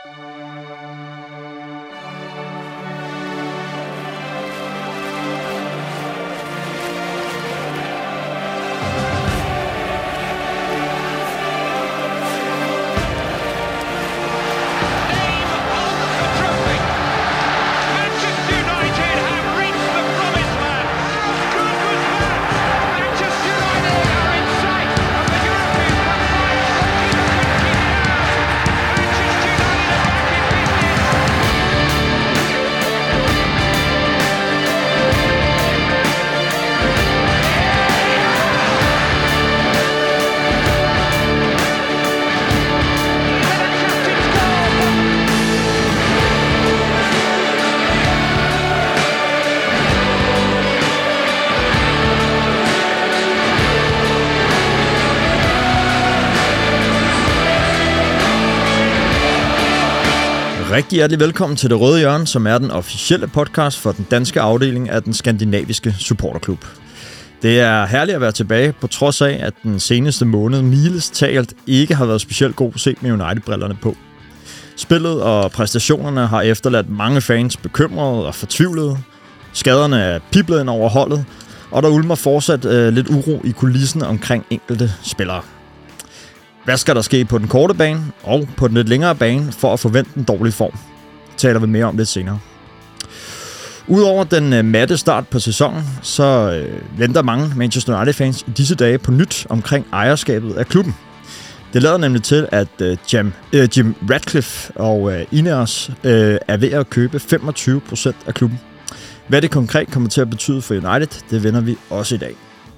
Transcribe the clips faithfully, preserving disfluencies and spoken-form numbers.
Rigtig hjertelig velkommen til Det Røde Hjørne, som er den officielle podcast for den danske afdeling af den skandinaviske supporterklub. Det er herligt at være tilbage, på trods af, at den seneste måned mildest talt ikke har været specielt god set med United-brillerne på. Spillet og præstationerne har efterladt mange fans bekymrede og fortvivlede. Skaderne er piblet ind over holdet, og der ulmer fortsat øh, lidt uro i kulissen omkring enkelte spillere. Hvad skal der ske på den korte bane og på den lidt længere bane for at forvente en dårlig form? Det taler vi mere om lidt senere. Udover den øh, matte start på sæsonen, så øh, venter mange Manchester United-fans i disse dage på nyt omkring ejerskabet af klubben. Det lader nemlig til, at øh, Jim, øh, Jim Ratcliffe og øh, Ineos øh, er ved at købe femogtyve procent af klubben. Hvad det konkret kommer til at betyde for United, det vender vi også i dag.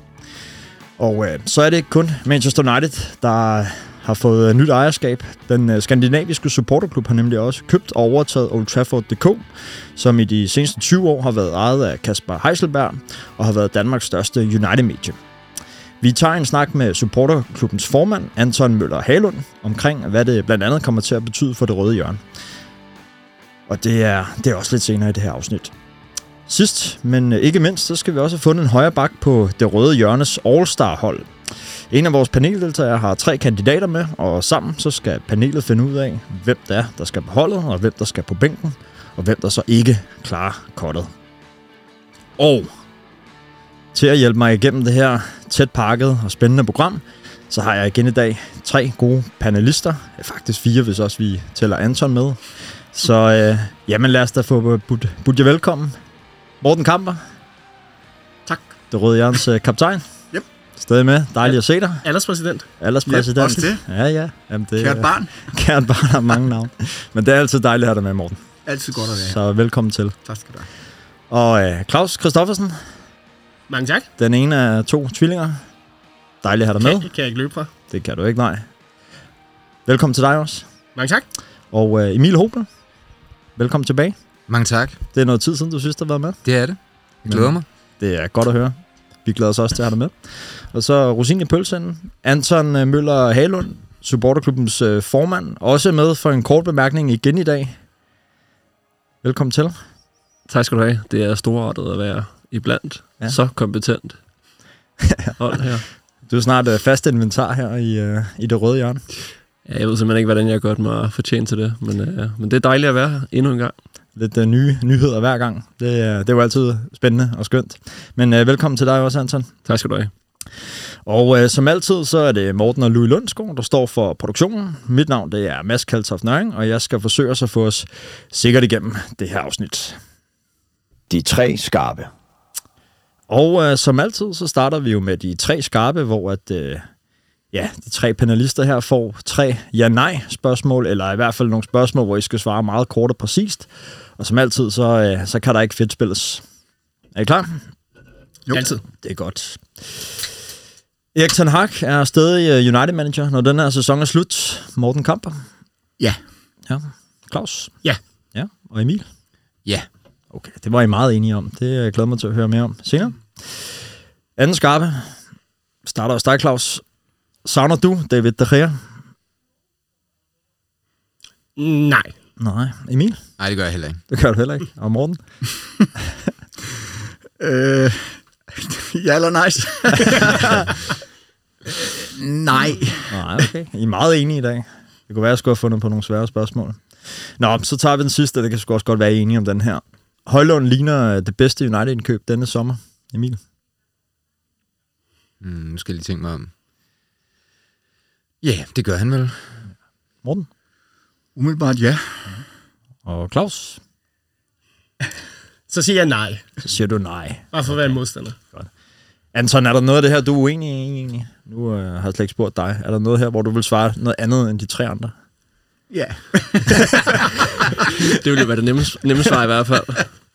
Og øh, så er det ikke kun Manchester United, der har fået øh, nyt ejerskab. Den øh, skandinaviske supporterklub har nemlig også købt og overtaget Old Trafford punktum d k, som i de seneste tyve år har været ejet af Kasper Heiselberg og har været Danmarks største United-medie. Vi tager en snak med supporterklubbens formand, Anton Møller Halund, omkring hvad det blandt andet kommer til at betyde for Det Røde Hjørne. Og det er, det er også lidt senere i det her afsnit. Sidst, men ikke mindst, så skal vi også have fundet en højre bak på Det Røde Hjørnes All-Star-hold. En af vores paneldeltagere har tre kandidater med, og sammen så skal panelet finde ud af, hvem der er, der skal på holdet, og hvem der skal på bænken, og hvem der så ikke klarer kottet. Og til at hjælpe mig igennem det her tæt pakket og spændende program, så har jeg igen i dag tre gode panelister. Faktisk fire, hvis også vi tæller Anton med. Så øh, jamen lad os da få budt, budt jer velkommen. Morten Kamper. Tak. Det Røde Hjørnes øh, kaptajn. Yep. Stadig med. Dejligt at se dig. Alderspræsident. Alderspræsident. Yep, også det. Ja, ja. Jamen, det Kært barn. Kært barn har mange navne. Men det er altid dejligt at have dig med, Morten. Altid godt at være her. Så velkommen til. Tak skal du have. Og øh, Claus Christoffersen. Mange tak. Den ene af to tvillinger. Dejligt at have dig kan, med. Kan jeg ikke løbe fra? Det kan du ikke, nej. Velkommen til dig også. Mange tak. Og øh, Emil Hobel. Velkommen tilbage. Mange tak. Det er noget tid siden, du synes, der har været med. Det er det. Jeg glæder mig. Det er godt at høre. Vi glæder os også til at have dig med. Og så Rosin i pølsen, Anton Møller Halund, supporterklubbens øh, formand, også med for en kort bemærkning igen i dag. Velkommen til. Tak skal du have. Det er storartet at være iblandt. Ja. Så kompetent hold her. Du er snart øh, fast inventar her i, øh, i Det Røde Hjørne. Ja, jeg ved simpelthen ikke, hvordan jeg gør mig fortjent til det, men, øh, men det er dejligt at være her endnu en gang. Lidt uh, nye nyheder hver gang. Det, uh, det er jo altid spændende og skønt. Men uh, velkommen til dig også, Anton. Tak skal du have. Og uh, som altid, så er det Morten og Louis Lundsgaard, der står for produktionen. Mit navn, det er Mads Kaltoft Nøring, og jeg skal forsøge at få os sikkert igennem det her afsnit. De tre skarpe. Og uh, som altid, så starter vi jo med de tre skarpe, hvor at... Uh, Ja, de tre panelister her får tre ja-nej-spørgsmål, eller i hvert fald nogle spørgsmål, hvor I skal svare meget kort og præcist. Og som altid, så, øh, så kan der ikke fedt spilles. Er I klar? Jo. Altid. Det er godt. Erik Ten Hag er stadig United-manager, når den her sæson er slut. Morten Kamper? Ja. Ja. Claus? Ja. Ja. Og Emil? Ja. Okay, det var I meget enige om. Det jeg glæder mig til at høre mere om senere. Anden skarpe. Starter hos dig, Claus. Savner du David De Gea? Nej. Nej. Emil? Nej, det gør jeg heller ikke. Det gør du heller ikke. Og Morten? øh, ja eller nice? Nej. Nej, okay. I er meget enige i dag. Det kunne være, at jeg skulle have fundet på nogle svære spørgsmål. Nå, så tager vi den sidste, det kan sgu også godt være enige om den her. Højlund ligner det bedste United-indkøb denne sommer. Emil? Mm, nu skal jeg lige tænke mig om. Ja, yeah, det gør han vel. Morten? Umiddelbart ja. Og Claus? Så siger jeg nej. Så siger du nej. Bare for at være en modstander. Godt. Anton, er der noget af det her, du er uenig i egentlig? Nu øh, har jeg slet ikke spurgt dig. Er der noget her, hvor du vil svare noget andet end de tre andre? Ja. Det ville jo være det nemmeste, nemmeste svar i hvert fald.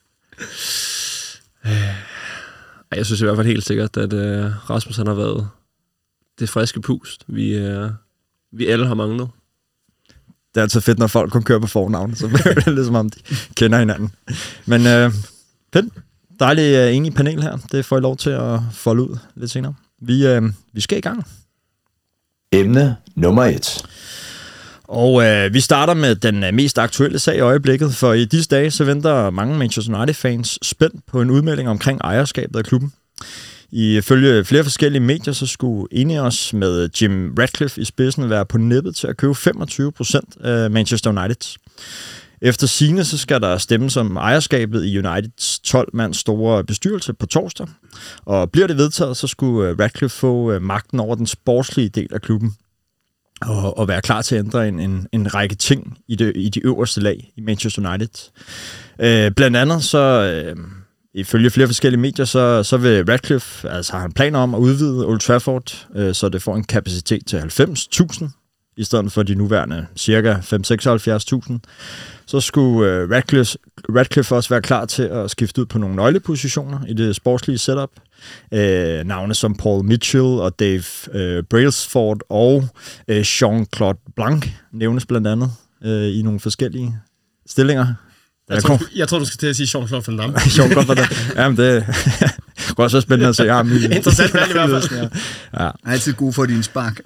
Jeg synes i hvert fald helt sikkert, at uh, Rasmus han har været det friske pust, vi, uh, vi alle har manglet. Det er altid fedt, når folk kun kører på fornavn, så bliver det lidt som om, de kender hinanden. Men øh, fedt. Dejligt uh, enig panel her. Det får I lov til at folde ud lidt senere. Vi, øh, vi skal i gang. Emne nummer et. Og øh, vi starter med den øh, mest aktuelle sag i øjeblikket, for i disse dage så venter mange Manchester United-fans spændt på en udmelding omkring ejerskabet af klubben. Ifølge flere forskellige medier, så skulle Ineos med Jim Ratcliffe i spidsen være på nippet til at købe femogtyve procent af Manchester United. Efter sigende, så skal der stemmes om ejerskabet i Uniteds tolv mands store bestyrelse på torsdag. Og bliver det vedtaget, så skulle Ratcliffe få magten over den sportslige del af klubben. Og, og være klar til at ændre en, en, en række ting i, det, i de øverste lag i Manchester United. Øh, blandt andet så, øh, ifølge flere forskellige medier, så, så vil Ratcliffe, altså har han planer om at udvide Old Trafford, øh, så det får en kapacitet til halvfems tusind, i stedet for de nuværende cirka fem til seksoghalvfjerds tusind. Så skulle øh, Ratcliffe, Ratcliffe også være klar til at skifte ud på nogle nøglepositioner i det sportslige setup. Øh, navne som Paul Mitchell og Dave øh, Brailsford og øh, Jean-Claude Blanc nævnes blandt andet øh, i nogle forskellige stillinger. Jeg tror, du, jeg tror, du skal til at sige Jean-Claude Van Damme. Jean-Claude Van Damme. Jamen, det går også spændende at se ham i. Interessant valg i hvert fald. Ja. Ja. Altid god for din spark.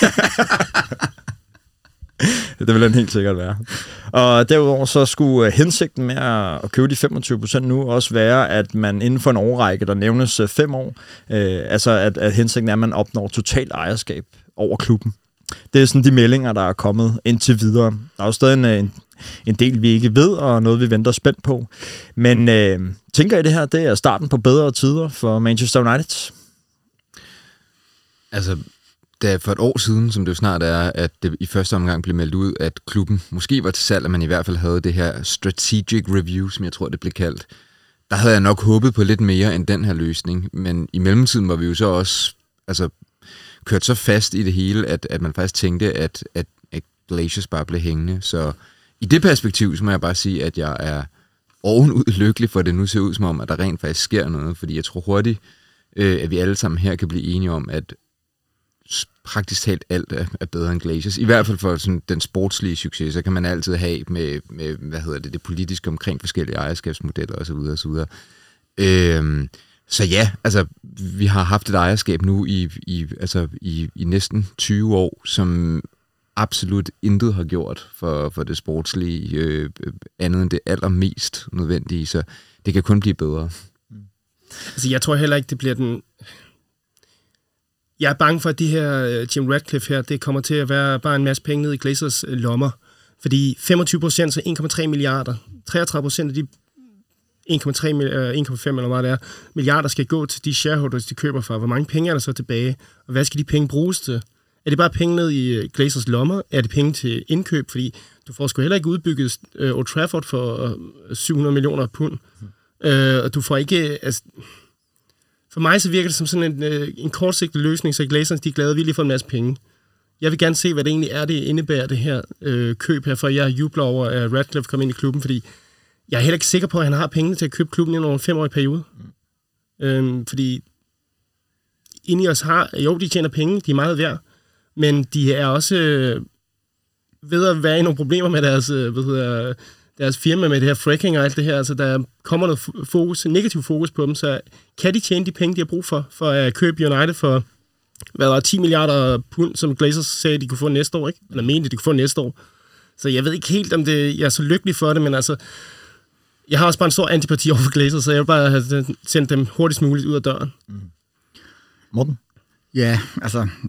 Det vil den helt sikkert være. Og derudover så skulle hensigten med at købe de femogtyve procent nu også være, at man inden for en årrække, der nævnes fem år, øh, altså at, at hensigten er, at man opnår total ejerskab over klubben. Det er sådan de meldinger, der er kommet indtil videre. Der er jo stadig en, en, en del, vi ikke ved, og noget, vi venter spændt på. Men øh, tænker I det her, det er starten på bedre tider for Manchester United? Altså, da for et år siden, som det jo snart er, at det i første omgang blev meldt ud, at klubben måske var til salg, at man i hvert fald havde det her strategic review, som jeg tror, det blev kaldt. Der havde jeg nok håbet på lidt mere end den her løsning, men i mellemtiden var vi jo så også altså, kørt så fast i det hele, at, at man faktisk tænkte, at, at, at Glaciers bare blev hængende. Så i det perspektiv, så må jeg bare sige, at jeg er ovenud lykkelig for, at det nu ser ud som om, at der rent faktisk sker noget, fordi jeg tror hurtigt, øh, at vi alle sammen her kan blive enige om, at praktisk talt alt er, er bedre end Glaciers. I hvert fald for sådan, den sportslige succes, så kan man altid have med, med hvad hedder det, det politiske omkring forskellige ejerskabsmodeller osv. osv. Øhm, så ja, altså vi har haft et ejerskab nu i, i, altså, i, i næsten tyve år, som absolut intet har gjort for, for det sportslige, øh, andet end det allermest nødvendige, så det kan kun blive bedre. Altså jeg tror heller ikke, det bliver den... Jeg er bange for, at de her Jim Ratcliffe her, det kommer til at være bare en masse penge ned i Glazers lommer. Fordi femogtyve procent, så en komma tre milliarder. treogtredive procent af de en komma tre, en komma fem eller hvad det er, milliarder skal gå til de shareholders, de køber fra. Hvor mange penge er der så tilbage? Og hvad skal de penge bruges til? Er det bare penge ned i Glazers lommer? Er det penge til indkøb? Fordi du får sgu heller ikke udbygget uh, Old Trafford for uh, syv hundrede millioner pund. Mm. Uh, og du får ikke... Altså, for mig så virker det som sådan en, uh, en kortsigtet løsning, så Glazers de er glade, vi lige får en masse penge. Jeg vil gerne se, hvad det egentlig er, det indebærer, det her øh, køb her, for jeg jubler over, at Ratcliffe kom ind i klubben, fordi jeg er heller ikke sikker på, at han har pengene til at købe klubben inden over en femårig periode. Mm. Øhm, fordi Ineos har, jo, de tjener penge, de er meget værd, men de er også øh, ved at være i nogle problemer med deres, øh, hvad hedder, deres firma, med det her fracking og alt det her. Altså, der kommer noget fokus, negativ fokus på dem, så kan de tjene de penge, de har brug for, for at købe United for hvad der er ti milliarder pund, som Glazers sagde, de kunne få næste år, ikke? Eller mente, de kunne få næste år. Så jeg ved ikke helt, om det, jeg er så lykkelig for det, men altså, jeg har også bare en stor antipati over for Glazers, så jeg vil bare have sendt dem hurtigst muligt ud af døren. Mm. Morten? Ja, altså,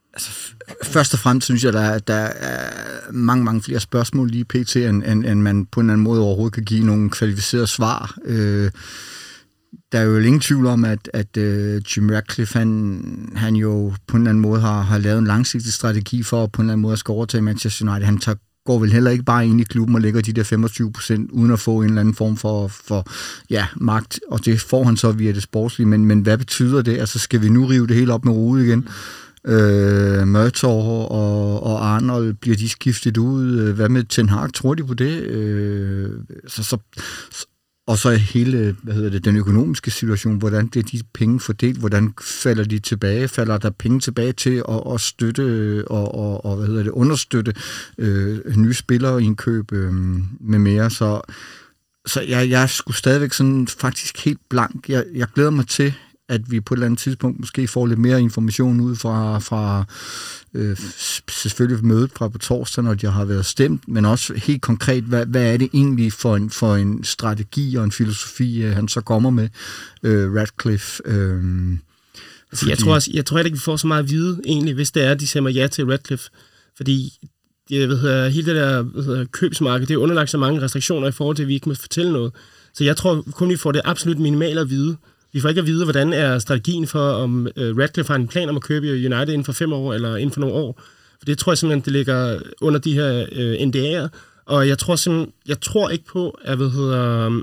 Altså, først og fremmest synes jeg, der er, der er mange, mange flere spørgsmål lige pt, end, end, end man på en eller anden måde overhovedet kan give nogle kvalificerede svar. Øh, der er jo ingen tvivl om, at, at uh, Jim Ratcliffe, han, han jo på en eller anden måde har, har lavet en langsigtet strategi for på en eller anden måde at skal overtage Manchester United. Han tager, går vel heller ikke bare ind i klubben og lægger de der femogtyve procent uden at få en eller anden form for, for ja, magt, og det får han så via det sportslige. Men, men hvad betyder det? Altså, skal vi nu rive det hele op med rode igen? Øh, Murtaugh og, og Arnold, bliver de skiftet ud? Hvad med Ten Hag? Tror de på det? Øh, så, så, og så hele, hvad hedder det, den økonomiske situation, hvordan bliver de penge fordelt? Hvordan falder de tilbage? Falder der penge tilbage til at, at støtte og, og, og hvad hedder det, understøtte øh, nye spillere i en køb øh, med mere? Så, så jeg, jeg er sgu stadigvæk sådan faktisk helt blank. Jeg, jeg glæder mig til, at vi på et eller andet tidspunkt måske får lidt mere information ud fra, fra øh, selvfølgelig mødet fra på torsdag, når de har været stemt, men også helt konkret, hvad, hvad er det egentlig for en, for en strategi og en filosofi, han så kommer med, øh, Ratcliffe. Øh, fordi... Jeg tror også, jeg tror ikke, vi får så meget at vide, egentlig, hvis det er, at de stemmer ja til Ratcliffe, fordi jeg ved, hele det der ved, købsmarked, det er underlagt så mange restriktioner i forhold til, at vi ikke må fortælle noget. Så jeg tror kun, vi får det absolut minimale at vide. Vi får ikke at vide, hvordan er strategien for, om uh, Ratcliffe har en plan om at købe United inden for fem år, eller inden for nogle år. For det tror jeg simpelthen, det ligger under de her uh, N D A'er. Og jeg tror simpelthen, jeg tror ikke på, at hvad hedder, um,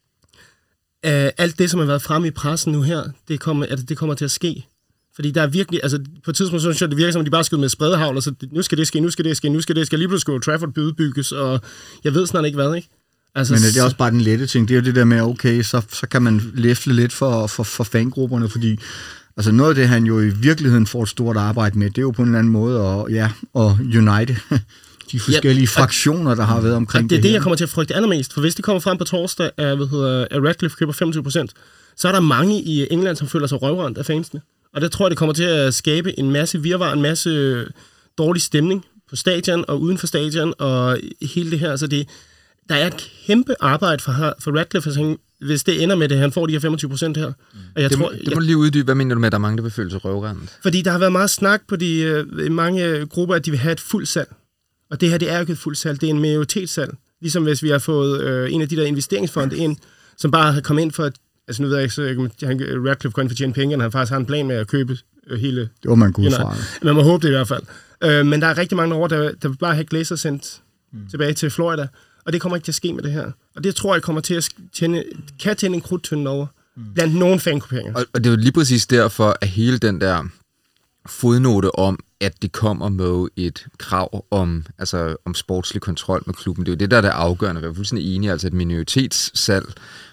uh, alt det, som har været fremme i pressen nu her, det kommer, at det kommer til at ske. Fordi der er virkelig, altså på et tidspunkt synes jeg, det virker som, at de bare skyder med spredhavl, og så nu skal det ske, nu skal det ske, nu skal det ske, lige pludselig skal Trafford udbygges, og jeg ved snart ikke hvad, ikke? Altså, men det er også bare den lette ting. Det er jo det der med, okay, så, så kan man læfle lidt for, for, for fangrupperne, fordi altså noget af det, han jo i virkeligheden får et stort arbejde med, det er jo på en eller anden måde, og ja, og United, de forskellige ja, fraktioner, der har været omkring det. Det er det, det jeg kommer til at frygte allermest, for hvis det kommer frem på torsdag, at, hvad hedder, at Ratcliffe køber femogtyve procent, så er der mange i England, som føler sig røvrendt af fansene. Og der tror jeg, det kommer til at skabe en masse virvar, en masse dårlig stemning på stadion og uden for stadion, og hele det her, så det der er et kæmpe arbejde for, for Ratcliffe, hvis det ender med det, han får de her femogtyve procent her. Og jeg det, tror, må, det må du lige uddybe. Hvad mener du med, at der er mange, der vil føle sig røvrendt? Fordi der har været meget snak på de uh, mange grupper, at de vil have et fuldt salg. Og det her, det er jo ikke et fuldt salg, det er en majoritetssalg. Ligesom hvis vi har fået uh, en af de der investeringsfonde ind, som bare har kommet ind for, at, altså nu ved jeg ikke, så han, Ratcliffe kan fortjene penge, og han faktisk har en plan med at købe uh, hele... Det var man god fra. Man må håbe det i hvert fald. Uh, men der er rigtig mange over, der, der vil bare have Glazer sendt mm. tilbage til Florida. Og det kommer ikke til at ske med det her. Og det tror jeg kommer til at tænde, kan tænde en krudttønde over blandt nogle fangrupperinger. Og, og det er jo lige præcis derfor, at hele den der fodnote om, at det kommer med et krav om, altså, om sportslig kontrol med klubben, det er jo det, der er det afgørende. Jeg er fuldstændig enig, altså et minoritetssalg,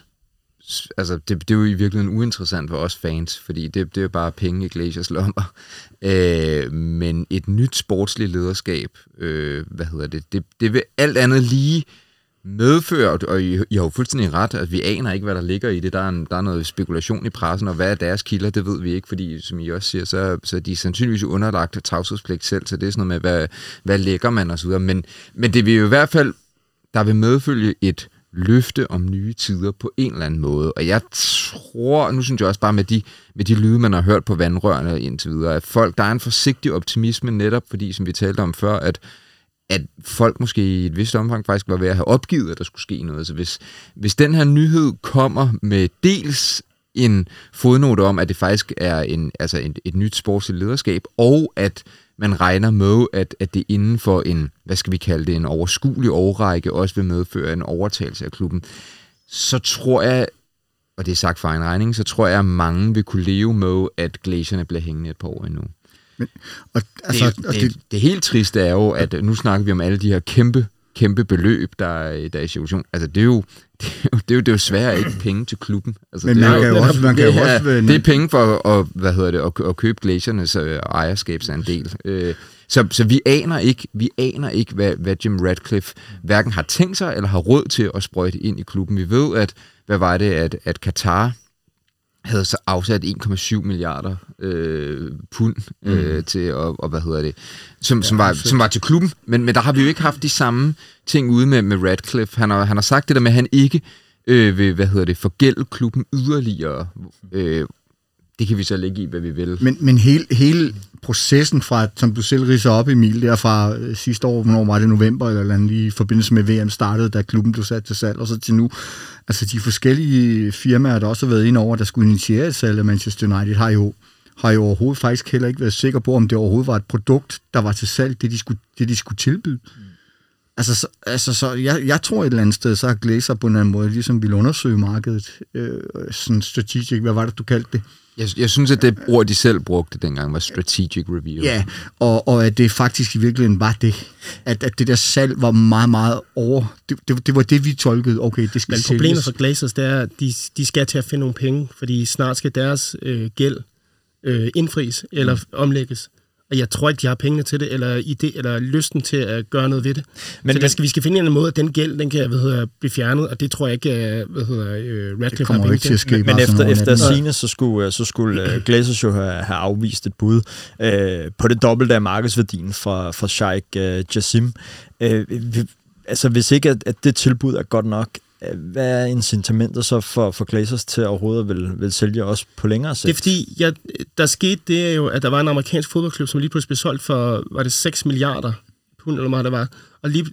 altså det, det er jo i virkeligheden uinteressant for os fans, fordi det, det er jo bare penge i Glazers lommer. Øh, men et nyt sportsligt lederskab, øh, hvad hedder det, det, det vil alt andet lige medføre, og I, I har jo fuldstændig ret, at vi aner ikke, hvad der ligger i det. Der er, en, der er noget spekulation i pressen, og hvad er deres kilder, det ved vi ikke, fordi som I også siger, så, så er de sandsynligvis underlagt tavshedspligt selv, så det er sådan noget med, hvad, hvad lægger man og så videre. Men, men det vil jo i hvert fald, der vil medfølge et løfte om nye tider på en eller anden måde. Og jeg tror, nu synes jeg også bare med de, med de lyde, man har hørt på vandrørene indtil videre, at folk, der er en forsigtig optimisme netop, fordi som vi talte om før, at at folk måske i et vist omfang faktisk var ved at have opgivet, at der skulle ske noget. Så hvis, hvis den her nyhed kommer med dels en fodnote om, at det faktisk er en, altså et, et nyt sportsligt lederskab, og at man regner med, at, at det inden for en, hvad skal vi kalde det, en overskuelig årrække også vil medføre en overtagelse af klubben, så tror jeg, og det er sagt for en regning, så tror jeg, at mange vil kunne leve med, at Glazerne bliver hængende et par år endnu. Men, og, altså, det, det, det, det helt triste er jo, at nu snakker vi om alle de her kæmpe, kæmpe beløb, der er, der er i situationen. Altså, det er jo, det er jo, det er jo desværre ikke penge til klubben. Altså, men det man er kan jo også... Man kan det, jo er, også det er penge for at, hvad hedder det, at, at købe Glazernes ejerskabsandel. Så, så vi aner ikke, vi aner ikke hvad, hvad Jim Ratcliffe hverken har tænkt sig, eller har råd til at sprøjte ind i klubben. Vi ved, at, hvad var det, at, at Qatar havde så afsat en komma syv milliarder øh, pund øh, mm. til, og, og hvad hedder det, som, ja, som, var, som var til klubben, men, men der har vi jo ikke haft de samme ting ude med, med Ratcliffe. Han har, han har sagt det der med, at han ikke øh, vil, hvad hedder det, forgælde klubben yderligere. Øh, det kan vi så lægge i, hvad vi vil. Men, men hele, hele processen fra, som du selv ridser op, Emil, der fra øh, sidste år, hvornår var det november, eller, eller andet, lige i forbindelse med V M startede, da klubben blev sat til salg, og så til nu. Altså de forskellige firmaer, der også har været inde over, der skulle initiere et salg af Manchester United, har jo, har jo overhovedet faktisk heller ikke været sikre på, om det overhovedet var et produkt, der var til salg, det de skulle, det, de skulle tilbyde. Mm. Altså, så, altså så jeg, jeg tror et eller andet sted, så har Glazer på en anden måde ligesom ville undersøge markedet, øh, sådan strategic, hvad var det, du kaldte det? Jeg, jeg synes, at det ord, de selv brugte dengang, var strategic review. Ja, og, og at det faktisk i virkeligheden var det, at, at det der salg var meget, meget over, det, det, det var det, vi tolkede, okay, det skal Men sælges. problemet for Glazers, det er, at de, de skal til at finde nogle penge, fordi snart skal deres øh, gæld øh, indfries eller mm. omlægges. Og jeg tror ikke, de har pengene til det, eller idé, eller lysten til at gøre noget ved det. Men, så men, skal, vi skal finde en måde, at den gæld, den kan hvad hedder, blive fjernet, og det tror jeg ikke, hvad hedder, uh, Radcliffe kommer har ikke til at ske. Men, men efter, efter sigende, så skulle, så skulle uh, Glazers jo have, have afvist et bud uh, på det dobbelte af markedsværdien fra, fra Sheikh uh, Jassim. Uh, vi, altså, hvis ikke at, at det tilbud er godt nok, hvad er incitamentet så for, for Glazers til overhovedet vil, vil sælge også på længere sigt? Det er fordi, ja, der skete det er jo, at der var en amerikansk fodboldklub, som lige pludselig blev solgt for, var det seks milliarder pund, eller hvad det var. Og lige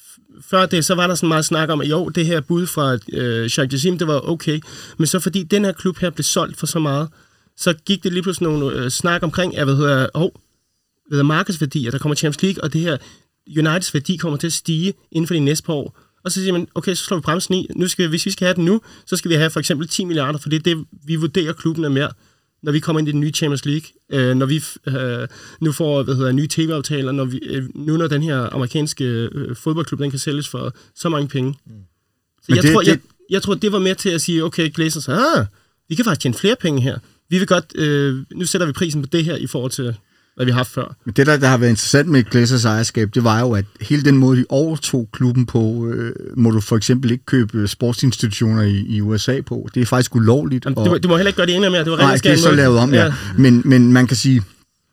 før det, så var der sådan meget snak om, at jo, det her bud fra øh, Sheikh Jassim, det var okay. Men så fordi den her klub her blev solgt for så meget, så gik det lige pludselig nogle øh, snak omkring, at hvad hedder, oh, hvad hedder markedsværdi, at der kommer Champions League, og det her Uniteds værdi kommer til at stige inden for de næste par år. Og så siger man, okay, så slår vi bremsen i. Nu skal vi, hvis vi skal have den nu, så skal vi have for eksempel ti milliarder, for det er det, vi vurderer klubben er mere, når vi kommer ind i den nye Champions League. Øh, når vi øh, nu får hvad hedder, nye tv-aftaler, når vi, øh, nu når den her amerikanske øh, fodboldklub, den kan sælges for så mange penge. Mm. Så jeg, det, tror, det... Jeg, jeg tror, det var med til at sige, okay, Glazers, ah, vi kan faktisk tjene flere penge her. Vi vil godt, øh, nu sætter vi prisen på det her i forhold til hvad vi har haft før. Men det, der, der har været interessant med Glazers ejerskab, det var jo, at hele den måde, de overtog klubben på, øh, må du for eksempel ikke købe sportsinstitutioner i, i U S A på. Det er faktisk ulovligt. Jamen, og... du, du må heller ikke gøre det endnu mere. Det var Nej, det er så lavet om, ja. ja. Men, men man kan sige,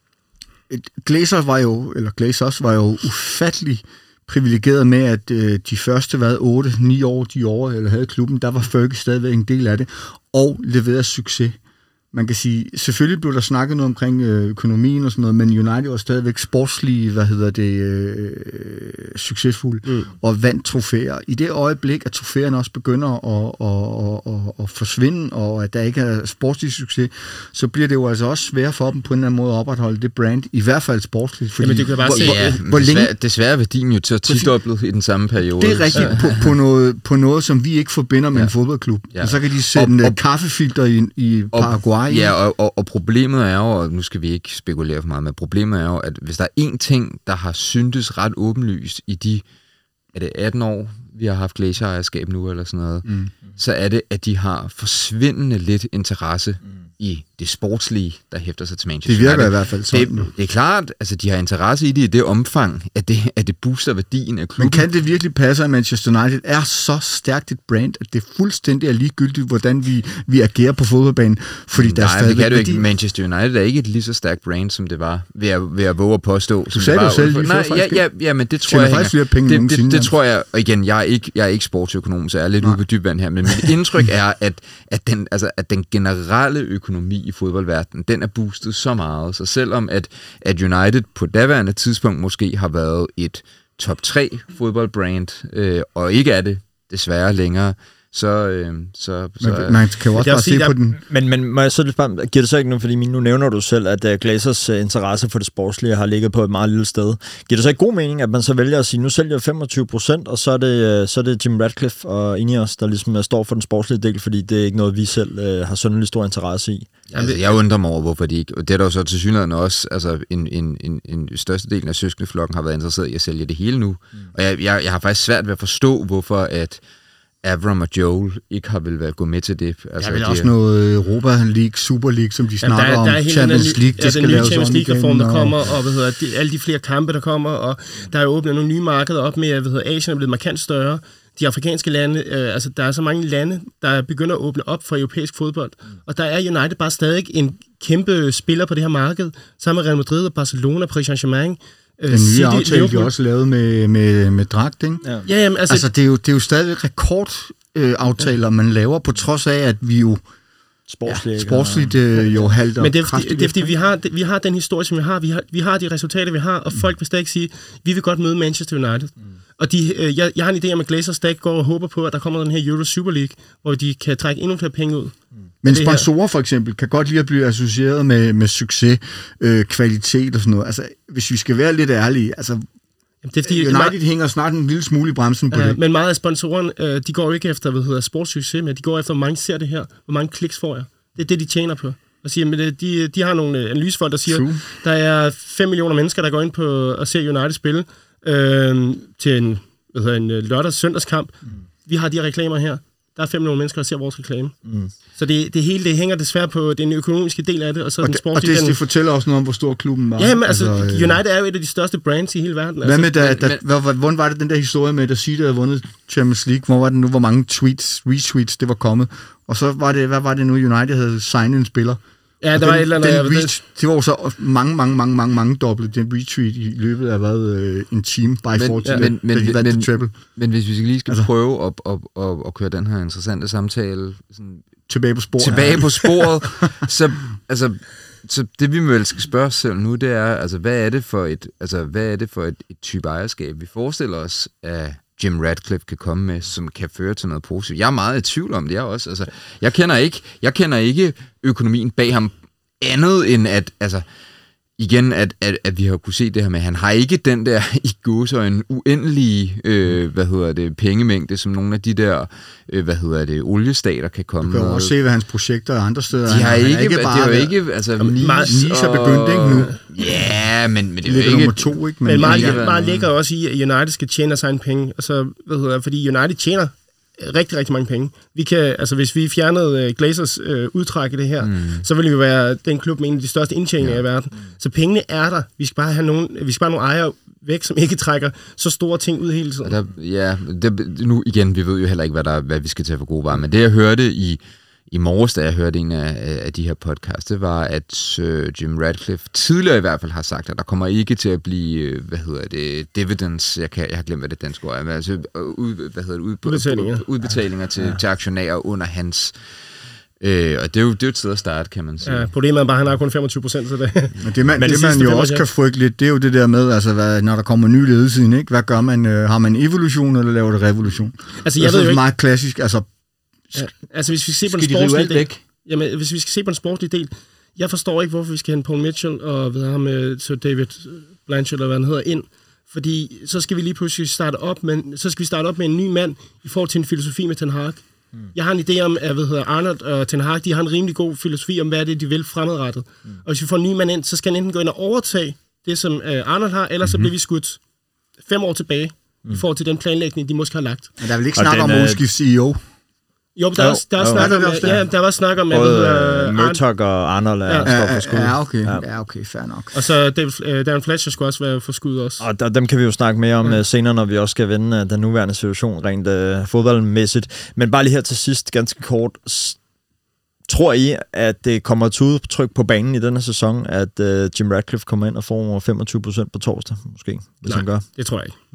Glazers var jo, eller Glazers var jo ufattelig privilegeret med, at øh, de første, hvad, otte ni år, de år, eller havde klubben, der var Fergie stadigvæk en del af det, og leverede succes. Man kan sige, selvfølgelig blev der snakket noget omkring økonomien og sådan noget, men United var stadigvæk sportslige, hvad hedder det, øh, succesfuld, mm. og vandt trofæer. I det øjeblik, at trofæerne også begynder at, at, at, at, at forsvinde, og at der ikke er sportslig succes, så bliver det jo altså også svært for dem på en eller anden måde at opretholde det brand, i hvert fald sportsligt. Fordi, Jamen, det kan bare hvor, se, hvor, ja. hvor desværre, længe... desværre er værdien jo til at tidoblet i den samme periode. Det er rigtigt, ja. på, på, noget, på noget, som vi ikke forbinder med ja. en fodboldklub. Ja. Og så kan de sætte en kaffefilter i, i Paraguay. Ja, og, og, og problemet er jo, og nu skal vi ikke spekulere for meget, men problemet er jo, at hvis der er én ting, der har syntes ret åbenlyst i de, er det atten år, vi har haft Glazer-ejerskab nu, eller sådan noget, mm. så er det, at de har forsvindende lidt interesse mm. i det sportslige, der hæfter sig til Manchester. Det virker United. I hvert fald sådan. Det, det er klart, altså de har interesse i det i det omfang, at det, at det booster værdien af klubben. Men kan det virkelig passe, at Manchester United er så stærkt et brand, at det fuldstændig er ligegyldigt, hvordan vi, vi agerer på fodboldbanen? Fordi Nej, der er stadig det kan du ikke. Manchester United er ikke et lige så stærkt brand, som det var, ved at, ved at våge at påstå. Du sagde det jo selv lige Nej, ja, ja, ja, men det tror jeg faktisk flere penge det, det, det, det tror jeg, og igen, jeg er ikke, jeg er ikke sportsøkonom, så jeg er lidt ude på dyb vand her, men mit indtryk er, at, at, den, altså, at den generelle økonomi i fodboldverdenen, den er boostet så meget, så selvom at, at United på daværende tidspunkt måske har været et top tre fodboldbrand, øh, og ikke er det desværre længere, så... Øh, så, så men, man kan jo også bare se på den... Men, men må jeg så lidt bare... Giver det så ikke noget, fordi nu nævner du selv, at uh, Glazers uh, interesse for det sportslige har ligget på et meget lille sted. Giver det så ikke god mening, at man så vælger at sige, nu sælger femogtyve procent, og så er det, uh, så er det Jim Ratcliffe og Ineos, der ligesom uh, står for den sportslige del, fordi det er ikke noget, vi selv uh, har sådan stor interesse i. Altså, jeg undrer mig over, hvorfor de ikke... Og det er der jo så til synligheden også... Altså, en, en, en, en største del af søskendeflokken har været interesseret i at sælge det hele nu. Mm. Og jeg, jeg, jeg har faktisk svært ved at forstå, hvorfor at Avram og Joel ikke har vel været gået med til det. Altså, der er vel også noget Europa League, Super League, som de snakker ja, der, om. der er Champions League, ja, det skal laves Champions League-reform, der kommer, og hvad hedder, de, alle de flere kampe, der kommer, og der er åbnet nogle nye markeder op med, hvad hedder, Asien er blevet markant større. De afrikanske lande, øh, altså der er så mange lande, der begynder at åbne op for europæisk fodbold. Mm. Og der er United bare stadig en kæmpe spiller på det her marked, sammen med Real Madrid og Barcelona, Paris Saint-Germain. Den nye City, aftale, Liverpool. De også lavet med, med, med dragt, ikke? Ja, ja jamen, altså, altså det, er jo, det er jo stadig rekordaftaler, øh, man laver, på trods af, at vi jo sportsligt. Ja, sportsligt øh, jo halter. Men det er, fordi, det er fordi, vi har, vi har den historie, som vi har. Vi har, vi har de resultater, vi har, og mm. folk vil stadig sige, vi vil godt møde Manchester United. Mm. Og de, øh, jeg, jeg har en idé om, at Glazers stadig går og håber på, at der kommer den her Euro Super League, hvor de kan trække endnu flere penge ud. Mm. Men sponsorer for eksempel kan godt lide at blive associeret med, med succes, øh, kvalitet og sådan noget. Altså, hvis vi skal være lidt ærlige, altså, det er fordi, United meget, hænger snart en lille smule i bremsen på uh, det. Men meget af sponsorerne, uh, de går jo ikke efter, hvad hedder, sportssucces, men de går efter, hvor mange ser det her, hvor mange kliks får jeg. Det er det, de tjener på. Og siger, men det, de, de har nogle analysefolk, der siger, True. Der er fem millioner mennesker, der går ind på og ser United spille øh, til en, hvad hedder, en lørdags-søndagskamp. Mm. Vi har de her reklamer her. Der er fem millioner mennesker, der ser vores reklame. Mm. Så det, det hele det hænger desværre på den økonomiske del af det, og så og den sportslige. Og det, den, det fortæller også noget om, hvor stor klubben var. Ja, men altså, altså United er jo et af de største brands i hele verden. Hvad med, altså, da, da, men, hvordan var det den der historie med, da City havde vundet Champions League? Hvor var det nu, hvor mange tweets, retweets det var kommet? Og så var det, hvad var det nu, United havde signet en spiller? Ja, der den, var et eller andet... Den reach, det var så mange, mange, mange, mange, mange dobbelt den retweet i løbet af hvad, øh, en time by forhold til men, men, det, men, treble. Men hvis vi lige skal altså, prøve at, at, at, at køre den her interessante samtale sådan, tilbage på sporet, tilbage på sporet så, altså, så det vi vel skal spørge os selv nu, det er, altså, hvad er det for et, altså, hvad er det for et, et type ejerskab, vi forestiller os, at Jim Ratcliffe kan komme med, som kan føre til noget positivt. Jeg er meget i tvivl om det, jeg også. Altså, jeg kender ikke, jeg kender ikke økonomien bag ham andet end at, altså, igen, at, at, at vi har kunne se det her med, han har ikke den der i gåseøjne uendelige, øh, hvad hedder det, pengemængde, som nogle af de der, øh, hvad hedder det, oliestater kan komme med. Du kan jo også se, hvad hans projekter og andre steder de har han, ikke, han ikke bare... Det er jo ikke, altså... Nice er begyndt, ikke nu? Ja, men, men det er jo ikke... nummer to, ikke? Men, men meget, meget ligger også i, at United skal tjene sig en penge, og så, hvad hedder det, fordi United tjener rigtig, rigtig mange penge. Vi kan, altså hvis vi fjernede uh, Glazers uh, udtræk i det her, mm. så ville vi jo være den klub med en af de største indtjeninger ja. i verden. Så pengene er der. Vi skal bare have nogle, vi skal bare have nogle ejere væk, som ikke trækker så store ting ud hele tiden. Der, ja, det, nu igen, vi ved jo heller ikke, hvad, der, hvad vi skal tage for gode varer, men det jeg hørte i i morges, da jeg hørte en af, af de her podcasts, det var, at uh, Jim Ratcliffe tidligere i hvert fald har sagt, at der kommer ikke til at blive, hvad hedder det, dividends, jeg, kan, jeg har glemt, hvad det danske ord er, men altså, ud, hvad hedder det, ud, udbetalinger, udbetalinger til, ja. til aktionærer under hans. Øh, og det er, jo, det er jo et sted at starte, kan man sige. Ja, problemet er bare, at han har kun femogtyve procent til det. Men det, man, Men det, det man jo også kan frygte lidt, det er jo det der med, altså, hvad, når der kommer ny ledelse ind, ikke? Hvad gør man? Øh, har man evolution, eller laver det revolution? Altså, jeg det er ved jo meget ikke... klassisk, altså... Ja, altså, hvis vi ser på en sportslig del... Jamen, hvis vi skal se på en sportslig del... Jeg forstår ikke, hvorfor vi skal have Paul Mitchell og ved ham med Sir David Blanchard, eller hvad han hedder, ind. Fordi så skal vi lige pludselig starte op, men så skal vi starte op med en ny mand i forhold til en filosofi med Ten Hag. Mm. Jeg har en idé om, at hvad hedder Arnold og Ten Hag, de har en rimelig god filosofi om, hvad er det, de vil fremadrettet. Mm. Og hvis vi får en ny mand ind, så skal han enten gå ind og overtage det, som Arnold har, eller så mm-hmm. bliver vi skudt fem år tilbage mm. i forhold til den planlægning, de måske har lagt. Men der er vel ikke snak om at udskifte C E O? Jo, der er også, der er snak om, ja, der var snak om, både uh, Murdoch og Arnold er ja. står for skud. Ja, okay, ja. ja, okay, fair nok. Og så David, Darren Fletcher skulle også være for skud også. Og der, dem kan vi jo snakke mere om ja. senere, når vi også skal vende uh, den nuværende situation rent uh, fodboldmæssigt. Men bare lige her til sidst, ganske kort. Tror I, at det kommer til udtryk på banen i denne sæson, at uh, Jim Ratcliffe kommer ind og får femogtyve procent på torsdag, måske, hvis Nej, han gør? det tror jeg ikke.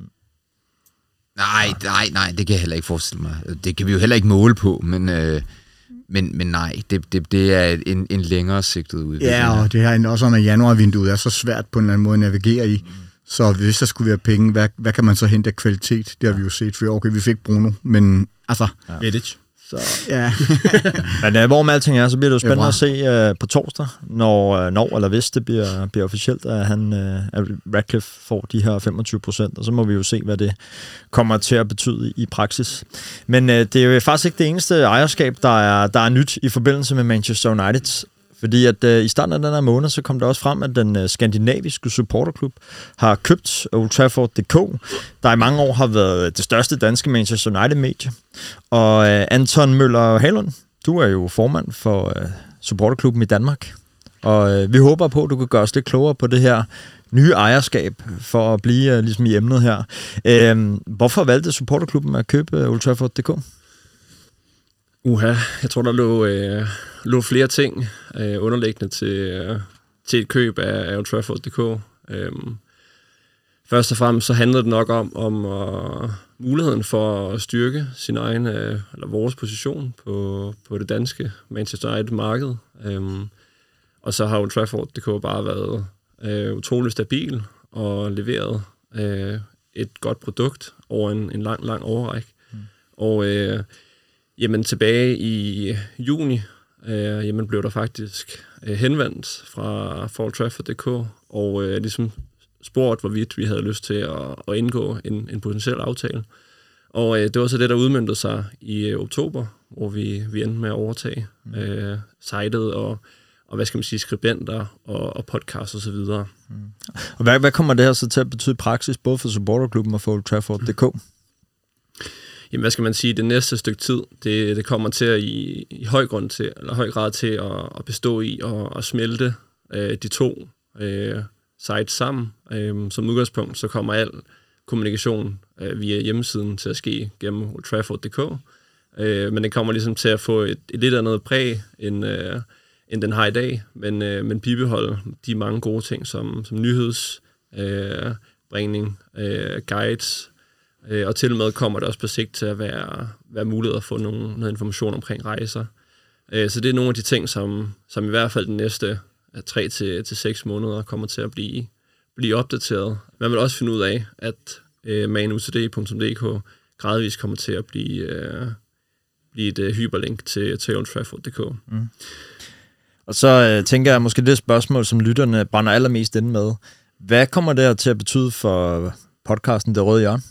Nej, nej, nej, det kan jeg heller ikke forestille mig. Det kan vi jo heller ikke måle på, men, øh, men, men nej, det, det, det er en, en længere sigtet udvikling. Ja, og det her også om, at januarvinduet er så svært på en eller anden måde at navigere i. Så hvis der skulle være penge, hvad, hvad kan man så hente af kvalitet? Det har vi jo set før. Okay, vi fik Bruno, men altså... Ja. Vidic. Så, ja. Men uh, hvor med alting er, så bliver det jo spændende ja, at se uh, på torsdag, når, uh, når eller hvis det bliver, bliver officielt, at, han, uh, at Ratcliffe får de her femogtyve procent, og så må vi jo se, hvad det kommer til at betyde i praksis. Men uh, det er jo faktisk ikke det eneste ejerskab, der er, der er nyt i forbindelse med Manchester United. Fordi at uh, i starten af den her måned, så kom der også frem, at den uh, skandinaviske supporterklub har købt Old Trafford punktum d k, der i mange år har været det største danske Manchester United-medie. Og uh, Anton Møller Halund, du er jo formand for uh, supporterklubben i Danmark. Og uh, vi håber på, at du kan gøre os lidt klogere på det her nye ejerskab, for at blive uh, ligesom i emnet her. Uh, hvorfor valgte supporterklubben at købe uh, Old Trafford punktum d k? Uha, jeg tror, der lå, øh, lå flere ting øh, underliggende til, øh, til et køb af, af Old Trafford punktum d k. Øhm, først og fremmest så handler det nok om, om uh, muligheden for at styrke sin egen, uh, eller vores position på, på det danske Manchester United-marked. Um, og så har Old Trafford punktum d k bare været uh, utrolig stabil og leveret uh, et godt produkt over en, en lang, lang overrække. Mm. Og uh, jamen, tilbage i juni uh, jamen, blev der faktisk uh, henvendt fra, fra Old Trafford punktum d k og uh, ligesom spurgt, hvorvidt vi havde lyst til at, at indgå en, en potentiel aftale. Og øh, det var så det, der udmøntede sig i øh, oktober, hvor vi, vi endte med at overtage mm. øh, sitet og, og, hvad skal man sige, skribenter og, og podcast og så videre. Mm. Og hvad, hvad kommer det her så til at betyde i praksis, både for supporterklubben og for Old Trafford punktum d k? Jamen, hvad skal man sige, det næste stykke tid, det, det kommer til at i, i høj grund til, eller høj grad til at, at bestå i og at smelte øh, de to øh, sites sammen. Øhm, som udgangspunkt, så kommer al kommunikation øh, via hjemmesiden til at ske gennem Old Trafford punktum d k. Øh, men det kommer ligesom til at få et, et lidt andet præg, end, øh, end den har i dag. Men, øh, men bibeholde de mange gode ting, som, som nyhedsbringning, øh, øh, guides, øh, og til og med kommer det også på sigt til at være, være mulighed at få nogle, noget information omkring rejser. Øh, så det er nogle af de ting, som, som i hvert fald den næste tre til seks måneder kommer til at blive, blive opdateret. Man vil også finde ud af, at øh, man u t d punktum d k gradvist kommer til at blive, øh, blive et øh, hyperlink til, til Old Trafford punktum d k. Mm. Og så øh, tænker jeg måske det spørgsmål, som lytterne brænder allermest inde med. Hvad kommer det her til at betyde for podcasten Det Røde Hjørne?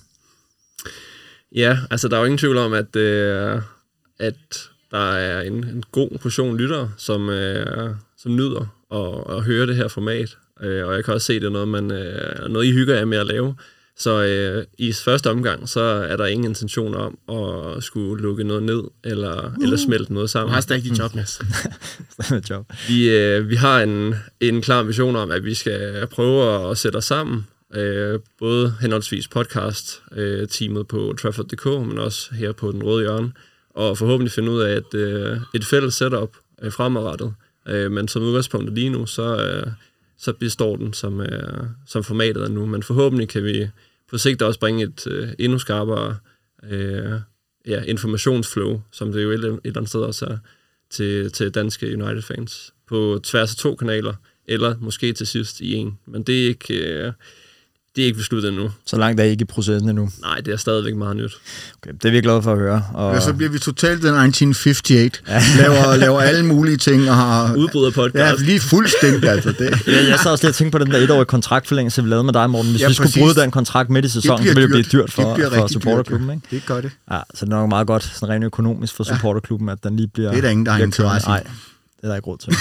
Ja, altså der er jo ingen tvivl om, at, øh, at der er en, en god portion lyttere, som, øh, som nyder og, og høre det her format. Øh, og jeg kan også se, at det er noget, man, øh, noget I hygger af med at lave. Så øh, i første omgang, så er der ingen intention om at skulle lukke noget ned, eller, uh. eller smelte noget sammen. Du har stadig dit job, Mads. job. Vi, øh, vi har en, en klar vision om, at vi skal prøve at sætte os sammen. Øh, både henholdsvis podcast-teamet øh, på Trafford punktum d k, men også her på Den Røde Hjørne. Og forhåbentlig finde ud af et, øh, et fælles setup øh, fremadrettet. Øh, men som udgangspunkt lige nu, så, øh, så består den som, øh, som formatet er nu. Men forhåbentlig kan vi på sigt også bringe et øh, endnu skarpere øh, ja, informationsflow, som det jo et, et eller andet sted også er, til, til danske United-fans. På tværs af to kanaler, eller måske til sidst i en. Men det er ikke... Øh, Det er ikke besluttet endnu. Så langt er I ikke i processen endnu? Nej, det er stadigvæk meget nyt. Okay, det er vi glade for at høre. Og ja, så bliver vi totalt den nitten firs-otte. Ja. Laver, laver alle mulige ting og har... Udbryder podcast. Ja, lige fuldstændig altså det. Ja, jeg så også lige tænkt på den der etårige kontraktforlængelse, vi lavede med dig, Morten. Hvis ja, vi skulle bryde den kontrakt midt i sæsonen, så ville det blive dyrt for, for supporterklubben, ikke? Det gør det. Ja, så det er nok meget godt, sådan rent økonomisk for supporterklubben, at den lige bliver... Det er der ingen, der har interesse i. Nej, det er der ikke råd til.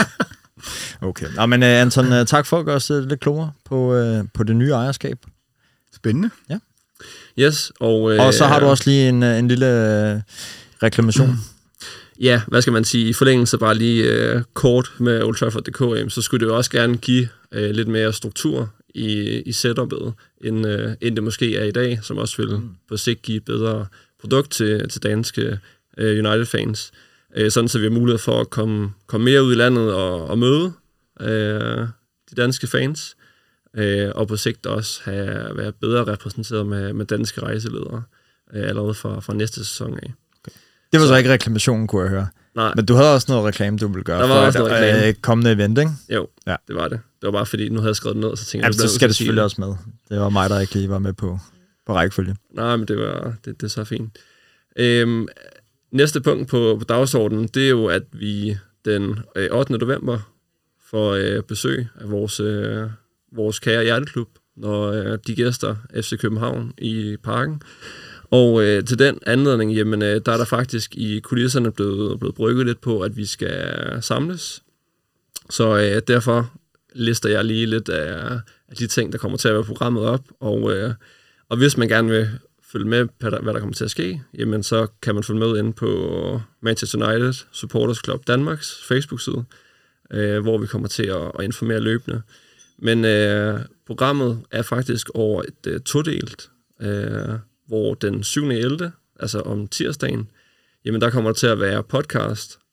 Okay. Nå, men uh, Anton, uh, tak for at gøre os uh, lidt klogere på, uh, på det nye ejerskab. Spændende. Ja. Yes, og... Øh, og så har du også lige en, en lille øh, reklamation. Ja, hvad skal man sige? I forlængelse bare lige øh, kort med Old Trafford punktum d k, så skulle det jo også gerne give øh, lidt mere struktur i, i setupet, end, øh, end det måske er i dag, som også vil mm. på sigt give et bedre produkt til, til danske øh, United-fans. Øh, sådan så vi har mulighed for at komme, komme mere ud i landet og, og møde øh, de danske fans. Øh, og på sigt også have, være bedre repræsenteret med, med danske rejseledere øh, allerede fra, fra næste sæson af. Okay. Det var så, så ikke reklamationen, kunne jeg høre. Nej. Men du havde også noget reklame, du ville gøre der var for også noget reklame. et kommende event, ikke? Jo, ja. Det var det. Det var bare fordi, nu havde jeg skrevet det ned, så tænkte jeg... Ja, så skal det selvfølgelig også med. Det var mig, der ikke lige var med på, på rækkefølge. Nej, men det, var, det, det er så fint. Øhm, næste punkt på, på dagsordenen, det er jo, at vi den øh, ottende november får øh, besøg af vores... Øh, vores kære hjerteklub, når øh, de gæster F C København i Parken. Og øh, til den anledning, jamen, øh, der er der faktisk i kulisserne blevet, blevet brygget lidt på, at vi skal samles. Så øh, derfor lister jeg lige lidt af, af de ting, der kommer til at være programmet op. Og, øh, og hvis man gerne vil følge med på, hvad der kommer til at ske, jamen, så kan man følge med inde på Manchester United Supporters Club Danmarks Facebook-side, øh, hvor vi kommer til at, at informere løbende. Men øh, programmet er faktisk over et øh, todelt, øh, hvor den syvende ellevte, altså om tirsdagen, jamen der kommer der til at være podcast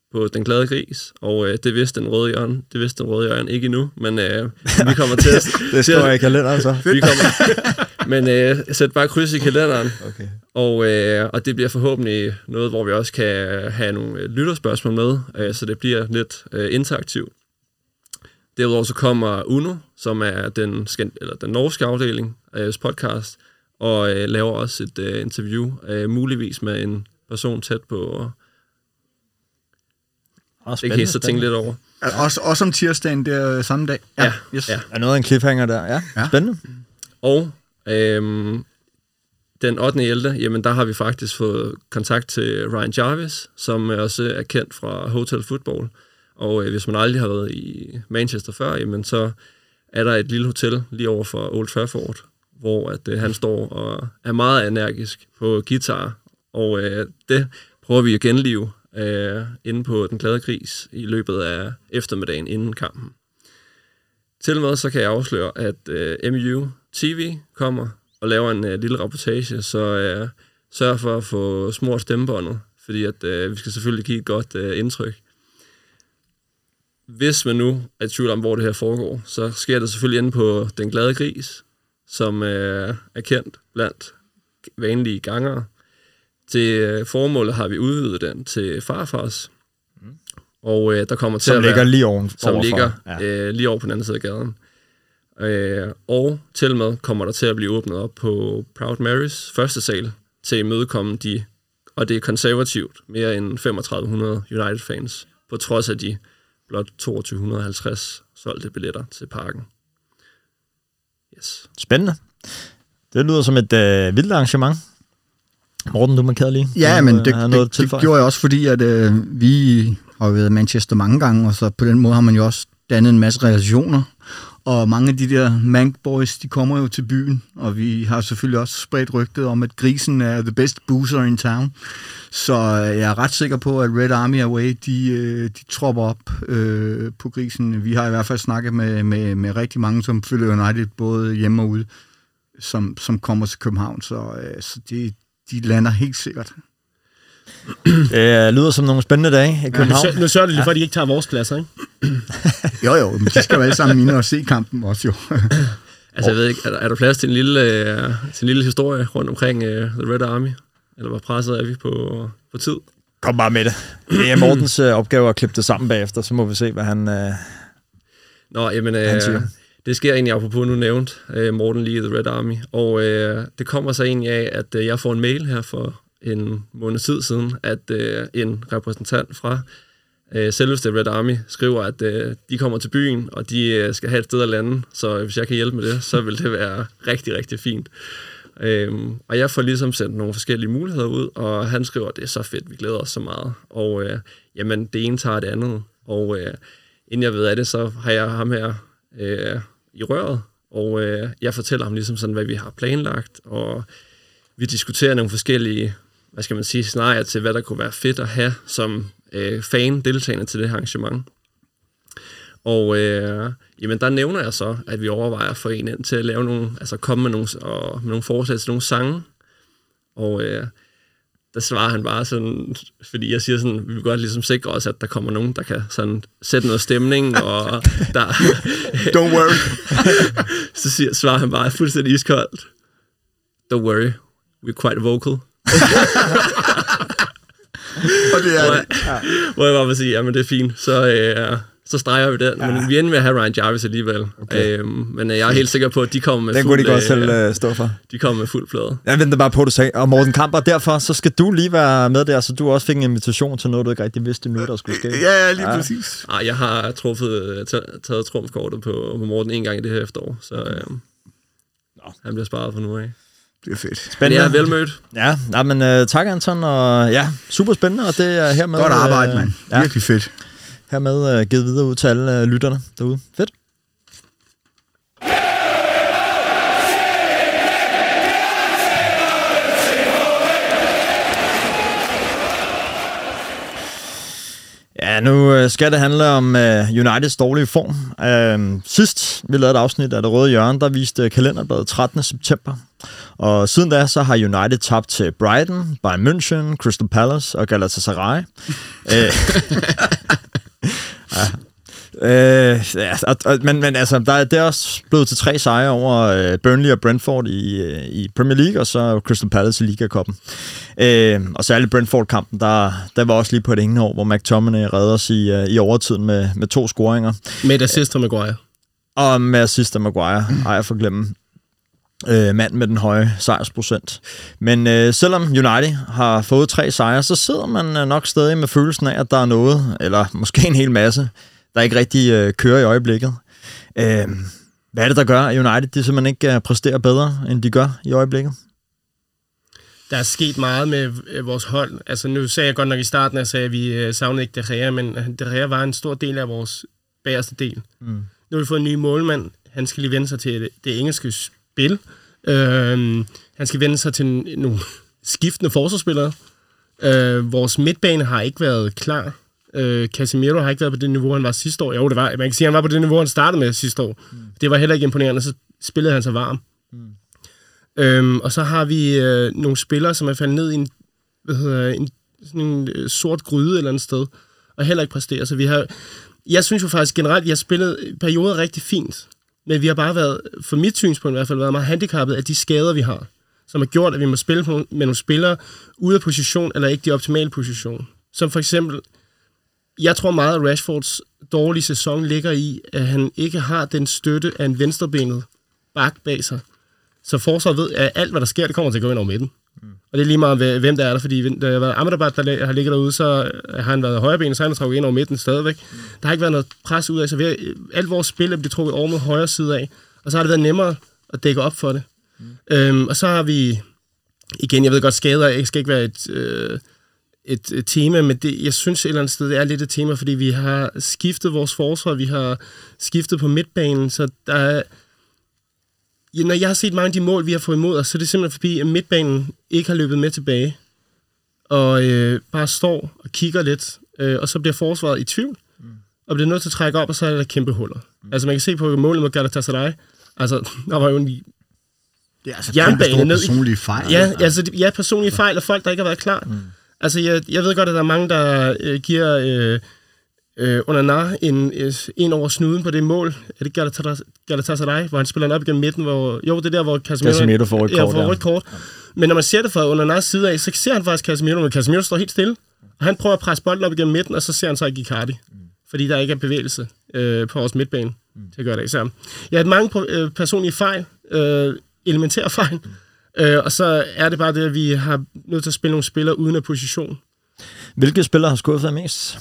på Den Glade Gris, og øh, det vidste den røde hjørne. Det vidste den røde hjørne ikke endnu, men øh, vi kommer til at... det står jeg i kalenderen, så. Vi kommer, men øh, sæt bare kryds i kalenderen, okay. og, øh, og det bliver forhåbentlig noget, hvor vi også kan have nogle lytterspørgsmål med, øh, så det bliver lidt øh, interaktivt. Derudover så kommer Uno, som er den, eller den norske afdeling af vores podcast, og øh, laver også et øh, interview, øh, muligvis med en person tæt på... Oh, det kan jeg så tænke lidt over. Ja. Også, også om tirsdagen der samme dag. Ja, ja, yes. ja. Er noget af en cliffhanger der? Ja, ja. Spændende. Og øhm, den ottende ellevte jamen der har vi faktisk fået kontakt til Ryan Jarvis, som også er kendt fra Hotel Football. Og øh, hvis man aldrig har været i Manchester før, jamen så er der et lille hotel lige over for Old Trafford, hvor at, øh, han står og er meget energisk på guitar. Og øh, det prøver vi at genlive øh, inde på Den Glade Gris i løbet af eftermiddagen inden kampen. Til med så kan jeg afsløre, at øh, M U T V kommer og laver en øh, lille rapportage, så øh, sørg for at få smurt stemmebåndet, fordi at, øh, vi skal selvfølgelig give et godt øh, indtryk. Hvis man nu er i tvivl om, hvor det her foregår, så sker det selvfølgelig inde på Den Glade Gris, som øh, er kendt blandt vanlige gangere. Til formålet har vi udvidet den til Farfars, mm. og øh, der kommer til som at være... ligger lige oven, som overfor. ligger ja. øh, lige over på den anden side af gaden. Øh, og til med kommer der til at blive åbnet op på Proud Marys første sal til at imødekomme de, og det er konservativt, mere end tredive hundrede United-fans, på trods af de blot to tusind to hundrede og halvtreds solgte billetter til parken. Yes. Spændende. Det lyder som et øh, vildt arrangement. Morten, du markerede lige. Ja, men det, det, det, det gjorde jeg også, fordi at, øh, vi har jo været i Manchester mange gange, og så på den måde har man jo også dannet en masse relationer. Og mange af de der Mank Boys, de kommer jo til byen, og vi har selvfølgelig også spredt rygtet om, at Grisen er the best boozer in town. Så jeg er ret sikker på, at Red Army Away, de, de tropper op øh, på Grisen. Vi har i hvert fald snakket med, med, med rigtig mange, som følger United både hjemme og ude, som, som kommer til København. Så, øh, så de, de lander helt sikkert. Det lyder som nogle spændende dage i København. Ja, nu sørger det lige for, at de ikke tager vores pladser, ikke? jo, jo, men de skal jo alle sammen inde og se kampen også, jo. altså, jeg ved ikke, er der, er der plads til en lille, uh, til en lille historie rundt omkring uh, The Red Army? Eller hvor presset er vi på, på tid? Kom bare med det. Det er Mortens uh, opgave at klippe det sammen bagefter, så må vi se, hvad han, uh, Nå, jamen, uh, han siger. Det sker egentlig, apropos nu nævnt, uh, Morten lige The Red Army. Og uh, det kommer så egentlig af, at uh, jeg får en mail her for en måned tid siden, at øh, en repræsentant fra øh, selveste Red Army skriver, at øh, de kommer til byen, og de øh, skal have et sted at lande, så hvis jeg kan hjælpe med det, så vil det være rigtig, rigtig fint. Øhm, og jeg får ligesom sendt nogle forskellige muligheder ud, og han skriver, at det er så fedt, vi glæder os så meget. Og øh, jamen, det ene tager det andet. Og øh, inden jeg ved af det, så har jeg ham her øh, i røret, og øh, jeg fortæller ham ligesom sådan, hvad vi har planlagt, og vi diskuterer nogle forskellige, hvad skal man sige, scenarier til, hvad der kunne være fedt at have som øh, fan deltagende til det her arrangement. Og øh, jamen, der nævner jeg så, at vi overvejer at få en ind til at lave nogle, altså komme med nogle, og, med nogle forslag til nogle sange. Og øh, der svarer han bare sådan, fordi jeg siger sådan, vi vil godt ligesom sikre os, at der kommer nogen, der kan sådan sætte noget stemning, og der... Don't worry. Så siger, svarer han bare fuldstændig iskoldt. Don't worry, we're quite vocal. Og det er hvor, jeg, hvor jeg bare vil sige, jamen det er fint, så, øh, så streger vi den. Ja. Men vi ender med at have Ryan Jarvis alligevel. Okay. Øhm, men jeg er helt sikker på, at de kommer med den fuld... Den kunne de godt selv øh, stå for. De kommer med fuld plade. Jeg venter bare på, at du sagde, og Morten Kamper, derfor så skal du lige være med der, så du også fik en invitation til noget, du ikke rigtig vidste nu, der skulle ske. Ja, ja, lige ja. præcis. Ej, jeg har truffet, taget trumfkortet på, på Morten en gang i det her efterår, så øh, han bliver sparet fra nu af. Det er fedt. Spændende. Men jeg er velmødt. Ja, nej, men uh, tak Anton, og ja, super spændende, og det er hermed... Godt arbejde, mand. Ja, virkelig fedt. Hermed uh, givet videre ud til alle uh, lytterne derude. Fedt. Ja, nu skal det handle om uh, Uniteds dårlige form. Uh, sidst vi lavede et afsnit af Det Røde Hjørne, der viste kalenderbladet trettende september, Og siden da, så har United tabt til Brighton, Bayern München, Crystal Palace og Galatasaray. øh, ja. Øh, ja, og, men, men altså, der er, det er også blevet til tre sejre over øh, Burnley og Brentford i, øh, i Premier League, og så Crystal Palace i Liga-cupen. Øh, og særligt Brentford-kampen, der, der var også lige på et ingen år, hvor McTominay redder os i, øh, i overtiden med, med to scoringer. Med et assist af Maguire. Og med assist af Maguire, ej jeg får glemme. Øh, mand med den høje sejrsprocent. Men øh, selvom United har fået tre sejre, så sidder man øh, nok stadig med følelsen af, at der er noget, eller måske en hel masse, der ikke rigtig øh, kører i øjeblikket. Øh, hvad er det, der gør, at United de simpelthen ikke øh, præsterer bedre, end de gør i øjeblikket? Der er sket meget med øh, vores hold. Altså nu sagde jeg godt nok i starten, at jeg sagde, at vi øh, savnede ikke De Gea, men De Gea var en stor del af vores bagerste del. Mm. Nu har vi fået en ny målmand. Han skal lige vende sig til det, det engelske spil. Øh, han skal vende sig til nogle skiftende forsvarsspillere. Øh, vores midtbane har ikke været klar. Øh, Casemiro har ikke været på det niveau, han var sidste år. Jo, det var, man kan sige, han var på det niveau, han startede med sidste år. Mm. Det var heller ikke imponerende, så spillede han sig varm. Mm. Øhm, og så har vi øh, nogle spillere, som er faldet ned i en, hvad hedder, en, sådan en øh, sort gryde eller andet sted, og heller ikke præsterer. Så vi har, jeg synes jo faktisk generelt, vi har spillet perioder rigtig fint, men vi har bare været, for mit synspunkt i hvert fald, været meget handicappet af de skader, vi har, som har gjort, at vi må spille på, med nogle spillere ude af position, eller ikke de optimale position. Som for eksempel, jeg tror meget, at Rashfords dårlige sæson ligger i, at han ikke har den støtte af en venstrebenet bak bag sig. Så forsvaret ved, at alt, hvad der sker, det kommer til at gå ind over midten. Mm. Og det er lige meget, hvem der er der, fordi der har været Amrabat, der har ligget derude, så har han været højrebenet, så han har trukket ind over midten stadigvæk. Mm. Der har ikke været noget pres ud af, så vi har, alt vores spil er blevet trukket over med højre side af, og så har det været nemmere at dække op for det. Mm. Øhm, og så har vi, igen, jeg ved godt, skader ikke skal ikke være et... Øh, Et, et tema, men det, jeg synes et eller andet sted, det er lidt et tema, fordi vi har skiftet vores forsvar, vi har skiftet på midtbanen, så der er, ja, når jeg har set mange af de mål, vi har fået imod os, så er det simpelthen fordi, at midtbanen ikke har løbet med tilbage, og øh, bare står og kigger lidt, øh, og så bliver forsvaret i tvivl, mm. og bliver nødt til at trække op, og så er der kæmpe huller. Mm. Altså man kan se på målet mod Galatasaray, altså der var jo en det er altså jernbane ned. Personlige fejl. Ja, altså, ja, personlige fejl, og folk, der ikke har været klar. Mm. Altså, jeg, jeg ved godt, at der er mange, der øh, giver øh, øh, Onana en, øh, en over snuden på det mål. Er det Galatasaray, hvor han spiller den op igennem midten? Hvor, jo, det er der, hvor Casemiro, Casemiro får et kort. Ja, får et kort. Ja. Men når man ser det fra Onanas side af, så ser han faktisk Casemiro, men Casemiro står helt stille. Og han prøver at presse bolden op igennem midten, og så ser han så ikke Icardi. Mm. Fordi der ikke er bevægelse øh, på vores midtbane mm. til at gøre det ikke sammen. Jeg har mange øh, personlige fejl, øh, elementære fejl, mm. Øh, og så er det bare det, at vi har nødt til at spille nogle spillere uden af position. Hvilke spillere har skuffet mest?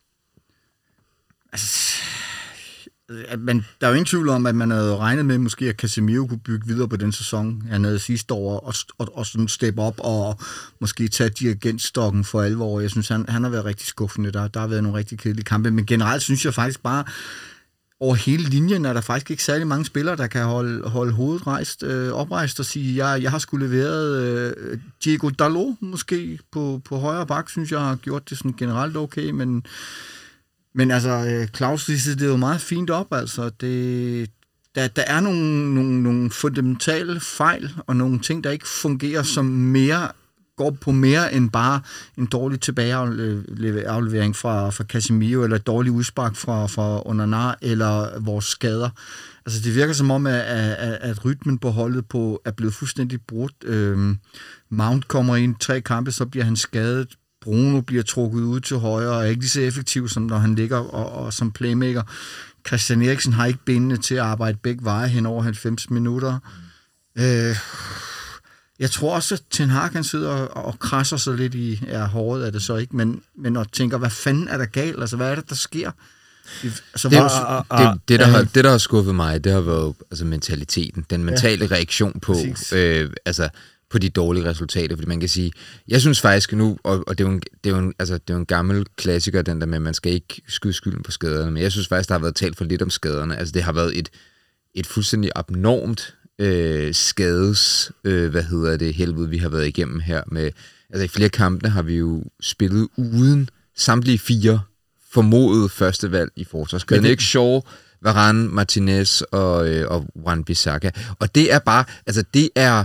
Altså, men der er jo ingen tvivl om, at man havde regnet med, måske at Casemiro kunne bygge videre på den sæson, han havde sidste år, og, og, og sådan steppe op og måske tage dirigentstokken for alvor. Jeg synes, han, han har været rigtig skuffende. Der, der har været nogle rigtig kedelige kampe, men generelt synes jeg faktisk bare, over hele linjen er der faktisk ikke særlig mange spillere, der kan holde, holde hovedet rejst, øh, oprejst og sige, jeg, jeg har sgu leveret øh, Diego Dalot måske på, på højre bak, synes jeg har gjort det sådan generelt okay, men, men altså, øh, Claus lige det er jo meget fint op, altså, det, der, der er nogle, nogle, nogle fundamentale fejl, og nogle ting, der ikke fungerer som mere går på mere end bare en dårlig tilbageaflevering fra, fra Casemiro, eller et dårligt udspark fra, fra Onana, eller vores skader. Altså, det virker som om, at, at, at rytmen på holdet på er blevet fuldstændig brudt. Øhm, Mount kommer ind i tre kampe, så bliver han skadet. Bruno bliver trukket ud til højre, og er ikke lige så effektiv, som når han ligger og, og som playmaker. Christian Eriksen har ikke benene til at arbejde begge veje hen over halvfems minutter. Øh... Jeg tror også, at Ten Hag kan sidde og, og krasser sig lidt i ja, håret, er det så ikke, men, men og tænker, hvad fanden er der galt? Altså, hvad er det, der sker? Altså, det, var, det, det, der har, det, der har skuffet mig, det har været altså, mentaliteten, den mentale ja, reaktion på, øh, altså, på de dårlige resultater, fordi man kan sige, jeg synes faktisk nu, og, og det er jo en, det er jo en, altså, det er jo en gammel klassiker, den der med, at man skal ikke skyde skylden på skaderne, men jeg synes faktisk, der har været talt for lidt om skaderne. Altså, det har været et, et fuldstændig abnormt Øh, skades, øh, hvad hedder det, helvede, vi har været igennem her med, altså i flere kampene har vi jo spillet uden samtlige fire formodede første valg i forsvarskæden. Nick Shaw Varane, Martinez og, øh, og Wan-Bissaka. Og det er bare, altså det er,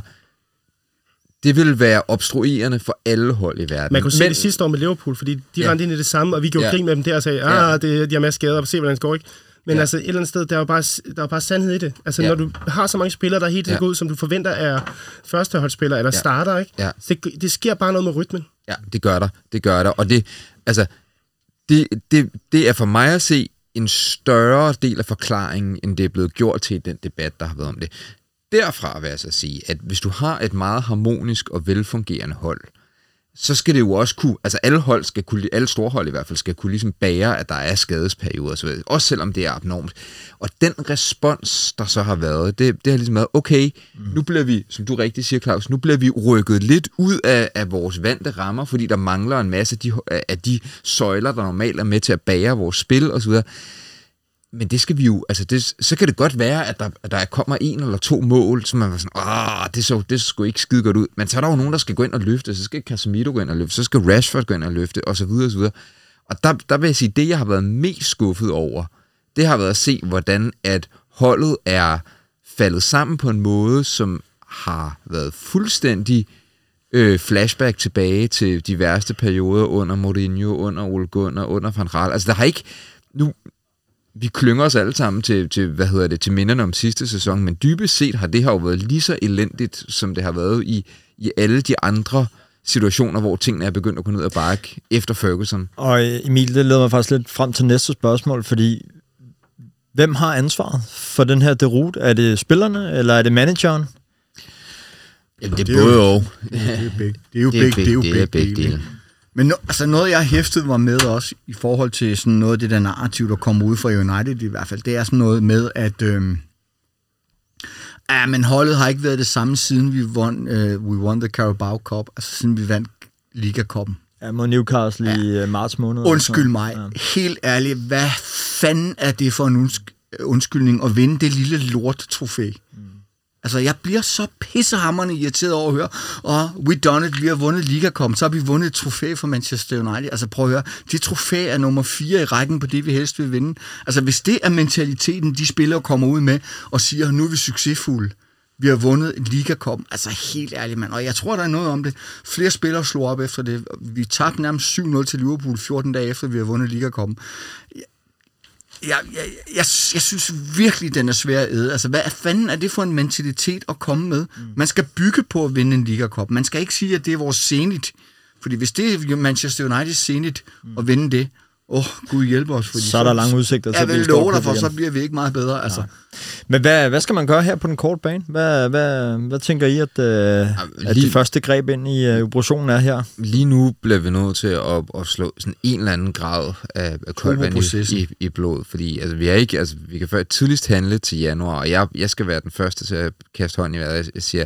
det vil være obstruerende for alle hold i verden. Man kunne se det sidste år med Liverpool, fordi de ja. rendte ind i det samme, og vi gjorde ja. grin med dem der og sagde, ah, ja. det, de har masser skader, og se, hvordan det går, ikke? Men ja. altså et eller andet sted, der er jo bare, der er bare sandhed i det. Altså ja. når du har så mange spillere, der er helt ja. ud, som du forventer er førsteholdsspillere eller ja. starter, ikke? Ja. Det, det sker bare noget med rytmen. Ja, det gør der. Det gør der. Og det, altså, det, det, det er for mig at se en større del af forklaringen, end det er blevet gjort til den debat, der har været om det. Derfra vil jeg så sige, at hvis du har et meget harmonisk og velfungerende hold, så skal det jo også kunne, altså alle hold skal kunne, alle store hold i hvert fald, skal kunne ligesom bære, at der er skadesperioder, så videre, også selvom det er abnormt. Og den respons, der så har været, det, det har ligesom været, okay, mm. nu bliver vi, som du rigtig siger, Claus, nu bliver vi rykket lidt ud af, af vores vante rammer, fordi der mangler en masse af de, af de søjler, der normalt er med til at bære vores spil, og så videre. Men det skal vi jo, altså det, så kan det godt være, at der, at der kommer en eller to mål, som man var sådan, åh, det så, det så ikke skide godt ud. Men så er der jo nogen, der skal gå ind og løfte, så skal Casemiro gå ind og løfte, så skal Rashford gå ind og løfte, og så videre, og så videre. Og der, der vil jeg sige, det jeg har været mest skuffet over, det har været at se, hvordan at holdet er faldet sammen på en måde, som har været fuldstændig øh, flashback tilbage til de værste perioder under Mourinho, under Ole Gunnar, under Van Gaal. Altså der har ikke, nu... Vi klynger os alle sammen til, til, hvad hedder det, til minderne om sidste sæson, men dybest set har det her jo været lige så elendigt, som det har været i, i alle de andre situationer, hvor tingene er begyndt at gå ned ad bakke efter Ferguson. Og Emil, det leder mig faktisk lidt frem til næste spørgsmål, fordi hvem har ansvaret for den her deroute? Er det spillerne, eller er det manageren? Jamen, det er både og. Det er jo begge. Det er jo begge, det er jo begge, begge dele. Men no, altså noget, jeg hæftede mig med også, i forhold til sådan noget af det der narrativ, der kommer ud fra United i hvert fald, det er sådan noget med, at øhm, ja, men holdet har ikke været det samme, siden vi won, øh, we won the Carabao Cup, altså siden vi vandt Liga-cupen. Ja, mod Newcastle ja. i marts måned. Undskyld mig. Ja. Helt ærligt, hvad fanden er det for en undskyldning at vinde det lille lort-trofæ? Mm. Altså, jeg bliver så pissehammerende irriteret over at høre, og oh, we done it, vi har vundet Liga-cupen, så har vi vundet et trofæ for Manchester United. Altså, prøv at høre, det trofæ er nummer fire i rækken på det, vi helst vil vinde. Altså, hvis det er mentaliteten, de spillere kommer ud med, og siger, nu er vi succesfulde, vi har vundet en Liga-cupen, altså helt ærligt, mand. Og jeg tror, der er noget om det. Flere spillere slog op efter det. Vi tabte nærmest syv nul til Liverpool fjorten dage efter, vi har vundet Liga-cupen. Jeg, jeg, jeg, jeg synes virkelig, den er svær at æde. Altså, hvad fanden er det for en mentalitet at komme med? Mm. Man skal bygge på at vinde en Liga-cup. Man skal ikke sige, at det er vores zenit. Fordi hvis det er Manchester United zenit mm. at vinde det, åh, oh, Gud hjælper os. Fordi så er der lange udsigter til at blive stort. Jeg vil love dig for, så bliver vi ikke meget bedre. Altså. Men hvad, hvad skal man gøre her på den korte bane? Hvad, hvad, hvad tænker I, at, øh, at de første greb ind i øh, operationen er her? Lige nu bliver vi nødt til at, at slå sådan en eller anden grad af, af koldvand i, i, i blodet. Fordi altså, vi, er ikke, altså, vi kan før tidligst handle til januar, og jeg, jeg skal være den første til at kaste hånden i vejret. Jeg siger,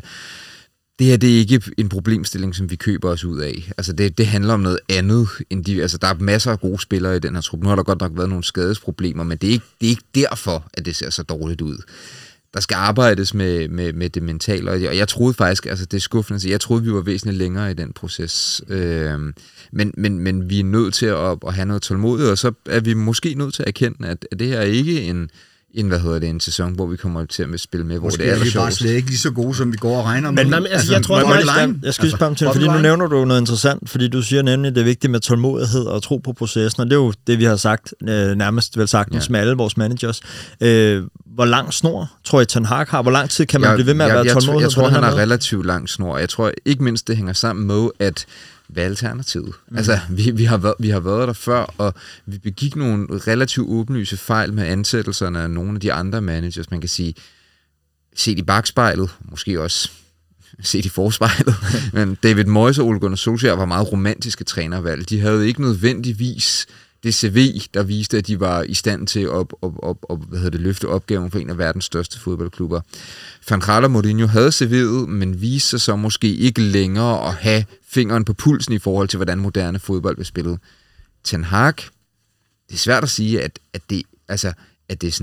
det her, det er ikke en problemstilling, som vi køber os ud af. Altså, det, det handler om noget andet end de... Altså, der er masser af gode spillere i den her trup. Nu har der godt nok været nogle skadesproblemer, men det er ikke, det er ikke derfor, at det ser så dårligt ud. Der skal arbejdes med, med, med det mentale, og jeg, og jeg troede faktisk, altså det er skuffende, jeg troede, vi var væsentligt længere i den proces. Øh, men, men, men vi er nødt til at, at have noget tålmodighed, og så er vi måske nødt til at erkende, at, at det her er ikke en... en, hvad hedder det, en sæson, hvor vi kommer til at spille med, hvor måske det er aller sjovest. Måske er vi bare slet ikke lige så gode, som vi går og regner med. Men, men altså, jeg tror, jeg, jeg, jeg skal spørge om til, fordi nu nævner du noget interessant, fordi du siger nemlig, at det er vigtigt med tålmodighed og tro på processen, og det er jo det, vi har sagt, øh, nærmest vel sagtens ja. med alle vores managers. Øh, hvor lang snor tror jeg, Ten Hag har? Hvor lang tid kan man jeg, blive ved med at jeg, være tålmodig? Jeg, jeg tror, jeg tror han har relativt lang snor. Jeg tror ikke mindst, det hænger sammen med, at hvad er alternativet? Mm. Altså, vi, vi, har været, vi har været der før, og vi begik nogle relativt åbenlyse fejl med ansættelserne af nogle af de andre managers. Man kan sige, set i bagspejlet, måske også set i forspejlet, men David Moyes og Ole Gunnar Solskjaer var meget romantiske trænervalg. De havde ikke nødvendigvis det C V, der viste, at de var i stand til at op, op, op, op, hvad hedder det, løfte opgaven for en af verdens største fodboldklubber. Van Gaal og Mourinho havde C V'et, men viste sig så måske ikke længere at have fingeren på pulsen i forhold til, hvordan moderne fodbold vil spille. Ten Hag, det er svært at sige, at, at, det, altså, at det er sådan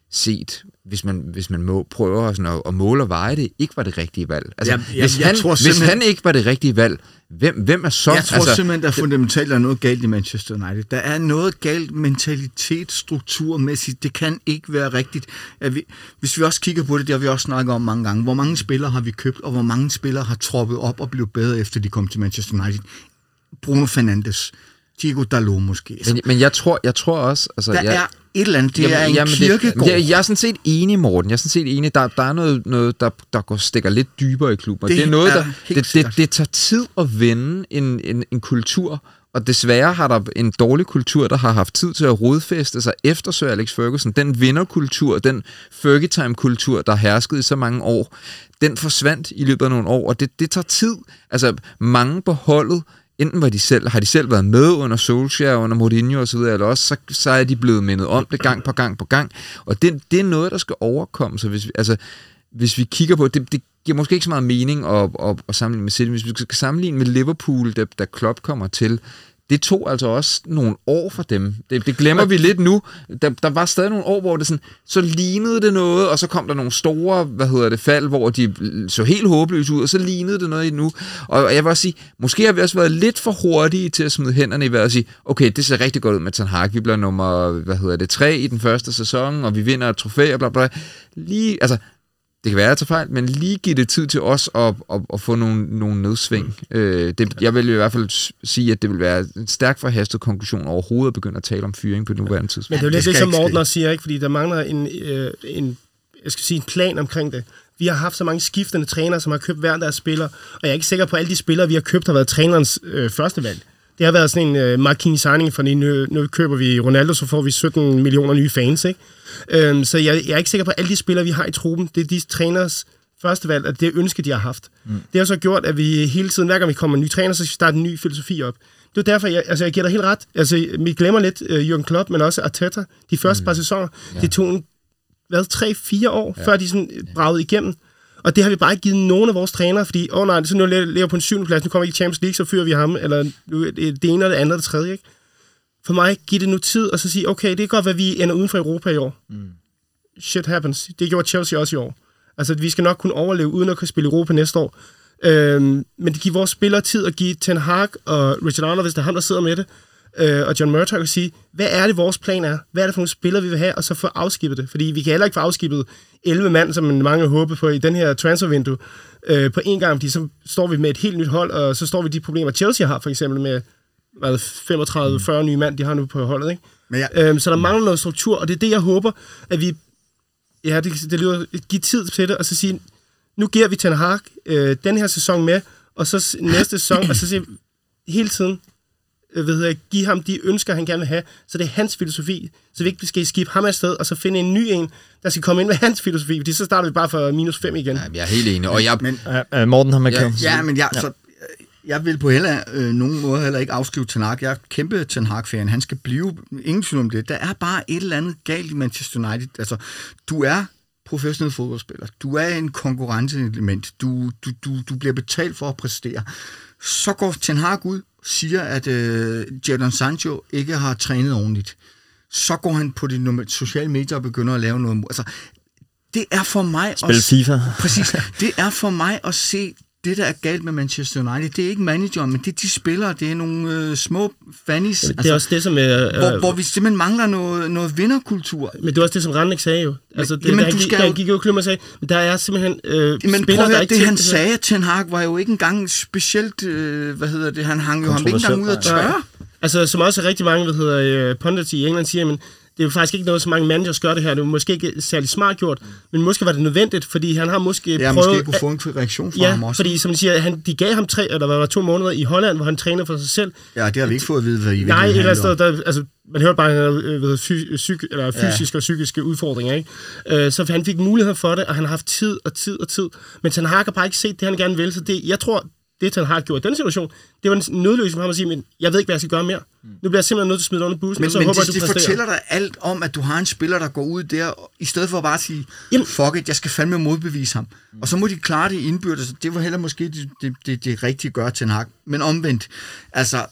set, hvis man, hvis man må, prøver sådan at, at måle og veje det, ikke var det rigtige valg. Altså, jeg, jeg, hvis, jeg han, tror hvis han ikke var det rigtige valg, hvem, hvem er så? Jeg tror altså, simpelthen, der er fundamentalt er noget galt i Manchester United. Der er noget galt mentalitet, strukturmæssigt. Det kan ikke være rigtigt. At vi, hvis vi også kigger på det, det har vi også snakket om mange gange. Hvor mange spillere har vi købt, og hvor mange spillere har troppet op og blevet bedre, efter de kom til Manchester United? Bruno Fernandes, Diego Dalot måske. Men, men jeg tror, jeg tror også... Altså, der jeg, er et eller andet, det jamen, er en jamen, kirkegård. Det, jeg, jeg er sådan set enig, Morten. Jeg er sådan set enig. Der, der er noget, noget der, der går, stikker lidt dybere i klubben. Det, det er noget, er der... Det, det, det tager tid at vende en, en, en kultur, og desværre har der en dårlig kultur, der har haft tid til at rodfæste sig efter Sir Alex Ferguson. Den vinderkultur, den Fergie-time-kultur, der herskede i så mange år, den forsvandt i løbet af nogle år, og det, det tager tid. Altså, mange på holdet, enten var de selv, har de selv været med under Solskjaer, under Mourinho og så videre, eller også så, så er de blevet mindet om det gang på gang på gang. Og det, det er noget, der skal overkomme. Så hvis vi, altså, hvis vi kigger på det, det giver måske ikke så meget mening at, at, at sammenligne med City. Hvis vi skal sammenligne med Liverpool, da, da Klopp kommer til, det tog altså også nogle år for dem. Det, det glemmer vi lidt nu. Der, der var stadig nogle år, hvor det sådan, så lignede det noget, og så kom der nogle store, hvad hedder det, fald, hvor de så helt håbløse ud, og så lignede det noget nu. Og jeg vil også sige, måske har vi også været lidt for hurtige til at smide hænderne i vejret og sige, okay, det ser rigtig godt ud med Ten Hag. Vi bliver nummer, hvad hedder det, tre i den første sæson, og vi vinder et trofæ, og bla bla. Lige, altså, det kan være, at jeg tager fejl, men lige give det tid til os at, at, at få nogle, nogle nedsving. Mm. Øh, det, jeg vil i hvert fald sige, at det vil være en stærk forhastet konklusion overhovedet at begynde at tale om fyring på nuværende tidspunkt. Men det er jo lidt det, som Morten også siger, ikke? Fordi der mangler en, øh, en, jeg skal sige, en plan omkring det. Vi har haft så mange skiftende trænere, som har købt hver deres spillere, og jeg er ikke sikker på, at alle de spillere, vi har købt, har været trænerens øh, første valg. Det har været sådan en øh, marketing-signing, fordi nu, nu køber vi Ronaldo, så får vi sytten millioner nye fans, ikke? Øhm, så jeg, jeg er ikke sikker på, at alle de spillere, vi har i truppen, det er de træners første valg, og det ønske, de har haft. Mm. Det har så gjort, at vi hele tiden, hver gang vi kommer en ny træner, så skal vi starte en ny filosofi op. Det er derfor, jeg, altså, jeg giver dig helt ret. Altså, vi glemmer lidt uh, Jürgen Klopp, men også Arteta. De første mm. par sæsoner, ja. Det tog en, hvad, tre, fire år, ja. Før de sådan bragede igennem. Og det har vi bare ikke givet nogen af vores trænere, fordi, åh oh, nej, så nu lever på en syvende plads, nu kommer vi i Champions League, så fyrer vi ham, eller det ene, og det andet, og det tredje, ikke? For mig, giv det nu tid, og så sige, okay, det kan godt være, at vi ender uden for Europa i år. Mm. Shit happens. Det gjorde Chelsea også i år. Altså, vi skal nok kunne overleve, uden at kunne spille Europa næste år. Øhm, men det giver vores spillere tid at give Ten Hag og Richard Arnold, hvis det er ham, der sidder med det, øh, og John Murtough, at sige, hvad er det, vores plan er? Hvad er det for nogle spillere, vi vil have? Og så få afskibet det. Fordi vi kan heller ikke få afskibet elleve mand, som mange håber på i den her transfervindue, øh, på en gang, fordi så står vi med et helt nyt hold, og så står vi de problemer, Chelsea har, for eksempel med femogtredive til fyrre nye mand, de har nu på holdet, ikke? Men ja. øhm, så der mangler noget struktur, og det er det, jeg håber, at vi ja, det, det lyder, give tid til det, og så sige, nu giver vi Ten Hag øh, den her sæson med, og så næste sæson, og så sige, hele tiden, øh, ved jeg, give ham de ønsker, han gerne vil have, så det er hans filosofi, så vi ikke skal skifte ham afsted, og så finde en ny en, der skal komme ind med hans filosofi, fordi så starter vi bare for minus fem igen. Ja, jeg er helt enig, og jeg... Men, uh, Morten har med ja, ja, men jeg, ja. Så, jeg vil på heller, øh, nogen måde heller ikke afskrive Ten Hag. Jeg er kæmpe Ten Hag-fan. Han skal blive, ingen tvivl om det. Der er bare et eller andet galt i Manchester United. Altså, du er professionel fodboldspiller. Du er en konkurrenceelement. Du, du, du, du bliver betalt for at præstere. Så går Ten Hag ud og siger, at øh, Jadon Sancho ikke har trænet ordentligt. Så går han på de sociale medier og begynder at lave noget. Altså, det er for mig... Spil at, FIFA. Præcis. Det er for mig at se... Det, der er galt med Manchester United, det er ikke manageren, men det er de spillere, det er nogle øh, små fannies. Det er altså, også det, som... Øh, hvor, hvor vi simpelthen mangler noget, noget vinderkultur. Men det er også det, som Randnik sagde jo. Altså, det, jamen, der, du skal... der gik jo klub og sagde, men der er simpelthen øh, men spillere, der der ikke... det, han det, sagde, Ten Hag, var jo ikke engang specielt... Øh, hvad hedder det? Han hang jo ham ikke engang ud af tørre. Ja. Altså, som også rigtig mange, hvad hedder, pundits i England siger, men det er jo faktisk ikke noget, så mange managers gør det her. Det er måske ikke særlig smart gjort, men måske var det nødvendigt, fordi han har måske ja, prøvet... Ja, måske kunne få en reaktion fra ja, ham også. fordi som de siger, han, de gav ham tre, eller var to måneder i Holland, hvor han træner for sig selv. Ja, det har vi ikke fået at vide, hvad I Nej, et eller andet sted, der, altså, man hørte bare, at han havde fy, psyk, eller fysiske ja. og psykiske udfordringer, ikke? Øh, så han fik mulighed for det, og han har haft tid og tid og tid. Men Ten Hag har bare ikke set det, han gerne vil, så det, jeg tror... Det, Ten Hag gjorde i den situation, det var en nødløsning for ham at sige, men jeg ved ikke, hvad jeg skal gøre mere. Nu bliver jeg simpelthen nødt til at smide under bussen, men, og så men håber det, jeg, du det fortæller dig alt om, at du har en spiller, der går ud der, i stedet for bare at sige, jamen, fuck it, jeg skal fandme modbevise ham. Og så må de klare det indbyrdes, det var heller måske det, det, det, det rigtige gøre til Ten Hag. Men omvendt, altså,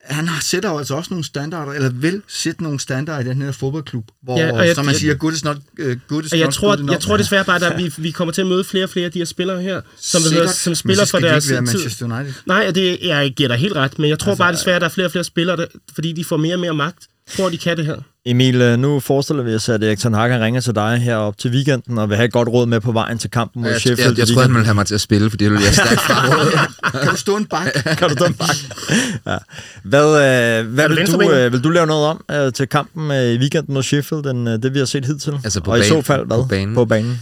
han har sætter jo altså også nogle standarder, eller vil sætte nogle standarder i den her fodboldklub, hvor, Ja, og jeg- som man jeg- siger, good is not, uh, good is Og jeg not tror, good enough. jeg tror desværre bare, at vi, vi kommer til at møde flere og flere af de her spillere her, som, hvad hedder, Sikkert, som men spiller så for skal de deres ikke være tid. Manchester United. Nej, og det, jeg giver dig helt ret, men jeg tror Altså, bare desværre, at der er flere og flere spillere, der, fordi de får mere og mere magt. Jeg tror, de kan det her. Emil, nu forestiller vi os, at Erik Ten Hag ringer til dig herop til weekenden, og vil have et godt råd med på vejen til kampen mod Jeg, jeg, Sheffield. jeg, jeg i tror, han weekenden. ville have mig til at spille, for det ville jeg stærkt fra. Kan du stå en bak? Kan du dømme bak? Ja. Hvad, øh, hvad vil, du, venstreben? øh, vil du lave noget om øh, til kampen øh, i weekenden mod Sheffield, end øh, det vi har set hidtil? Altså på og i banen- så fald hvad? på banen? På banen.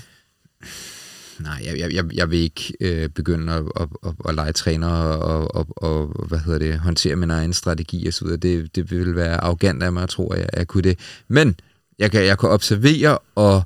Nej, jeg, jeg, jeg, jeg vil ikke øh, begynde at, at, at, at lege træner og, og, og hvad hedder det, håndtere min egen strategi og så videre. Det, det vil være arrogant af mig at tro, at jeg, jeg kunne det. Men jeg kan, jeg kan observere, og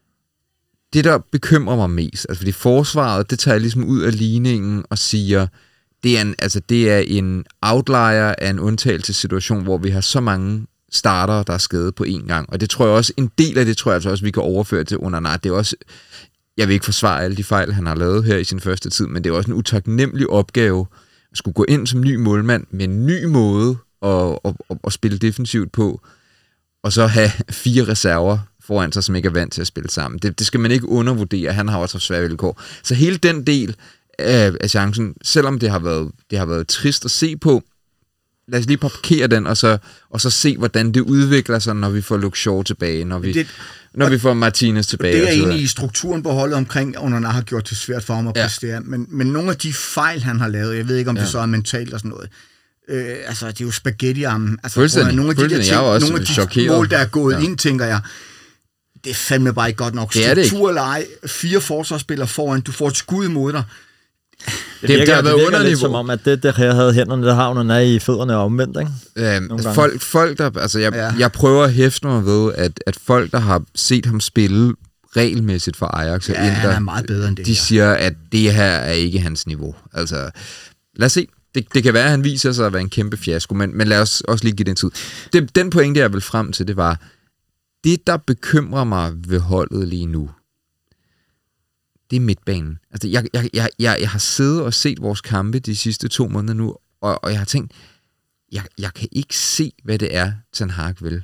det, der bekymrer mig mest, altså fordi forsvaret, det tager jeg ligesom ud af ligningen og siger, det er en, altså det er en outlier af en undtagelsessituation, hvor vi har så mange starter, der er skadet på én gang. Og det tror jeg også, en del af det tror jeg altså også, vi kan overføre til under nej. Det er også, jeg vil ikke forsvare alle de fejl, han har lavet her i sin første tid, men det er også en utaknemmelig opgave at skulle gå ind som ny målmand med en ny måde at, at, at, at spille defensivt på, og så have fire reserver foran sig, som ikke er vant til at spille sammen. Det, det skal man ikke undervurdere. Han har også haft svære vilkår. Så hele den del af, af chancen, selvom det har, været, det har været trist at se på, lad os lige parkere den, og så, og så se, hvordan det udvikler sig, når vi får Luke Shaw tilbage, når vi, Det- når vi får Martinez tilbage. Det er og så jeg videre. enig i strukturen på holdet omkring, Onana har gjort det svært for ham at Ja. præstere, men, men nogle af de fejl, han har lavet, jeg ved ikke, om det Ja. så er mentalt og sådan noget, øh, altså det er jo spaghetti-armen. Altså, Fuldstændig. prøv at- nogle af de der Fuldstændig. ting, Jeg er også nogle af de chokeret. mål, der er gået Ja. ind, tænker jeg, det er fandme bare ikke godt nok. Det er det ikke. Struktur eller ej, fire forsvarsspillere foran, du får et skud imod dig. Det, Det- virker, det har det, været virker underniveau. lidt som om, at det, der her havde hænderne, der har hun er i fødderne og omvendt, ikke? Øhm, gange. folk, folk, der, altså jeg, Ja. ja. jeg prøver at hæfte mig ved, at, at folk, der har set ham spille regelmæssigt for Ajax og Ja, han Inter, er meget bedre end det de her. siger, at det her er ikke hans niveau. Altså, lad os se. Det, det kan være, at han viser sig at være en kæmpe fiasko, men, men lad os også lige give det en tid. Det, den pointe, jeg vil frem til, det var, det, der bekymrer mig ved holdet lige nu, det er midtbanen. Altså, jeg, jeg, jeg, jeg, jeg har siddet og set vores kampe de sidste to måneder nu, og, og jeg har tænkt, jeg, jeg kan ikke se, hvad det er, Ten Hag vil.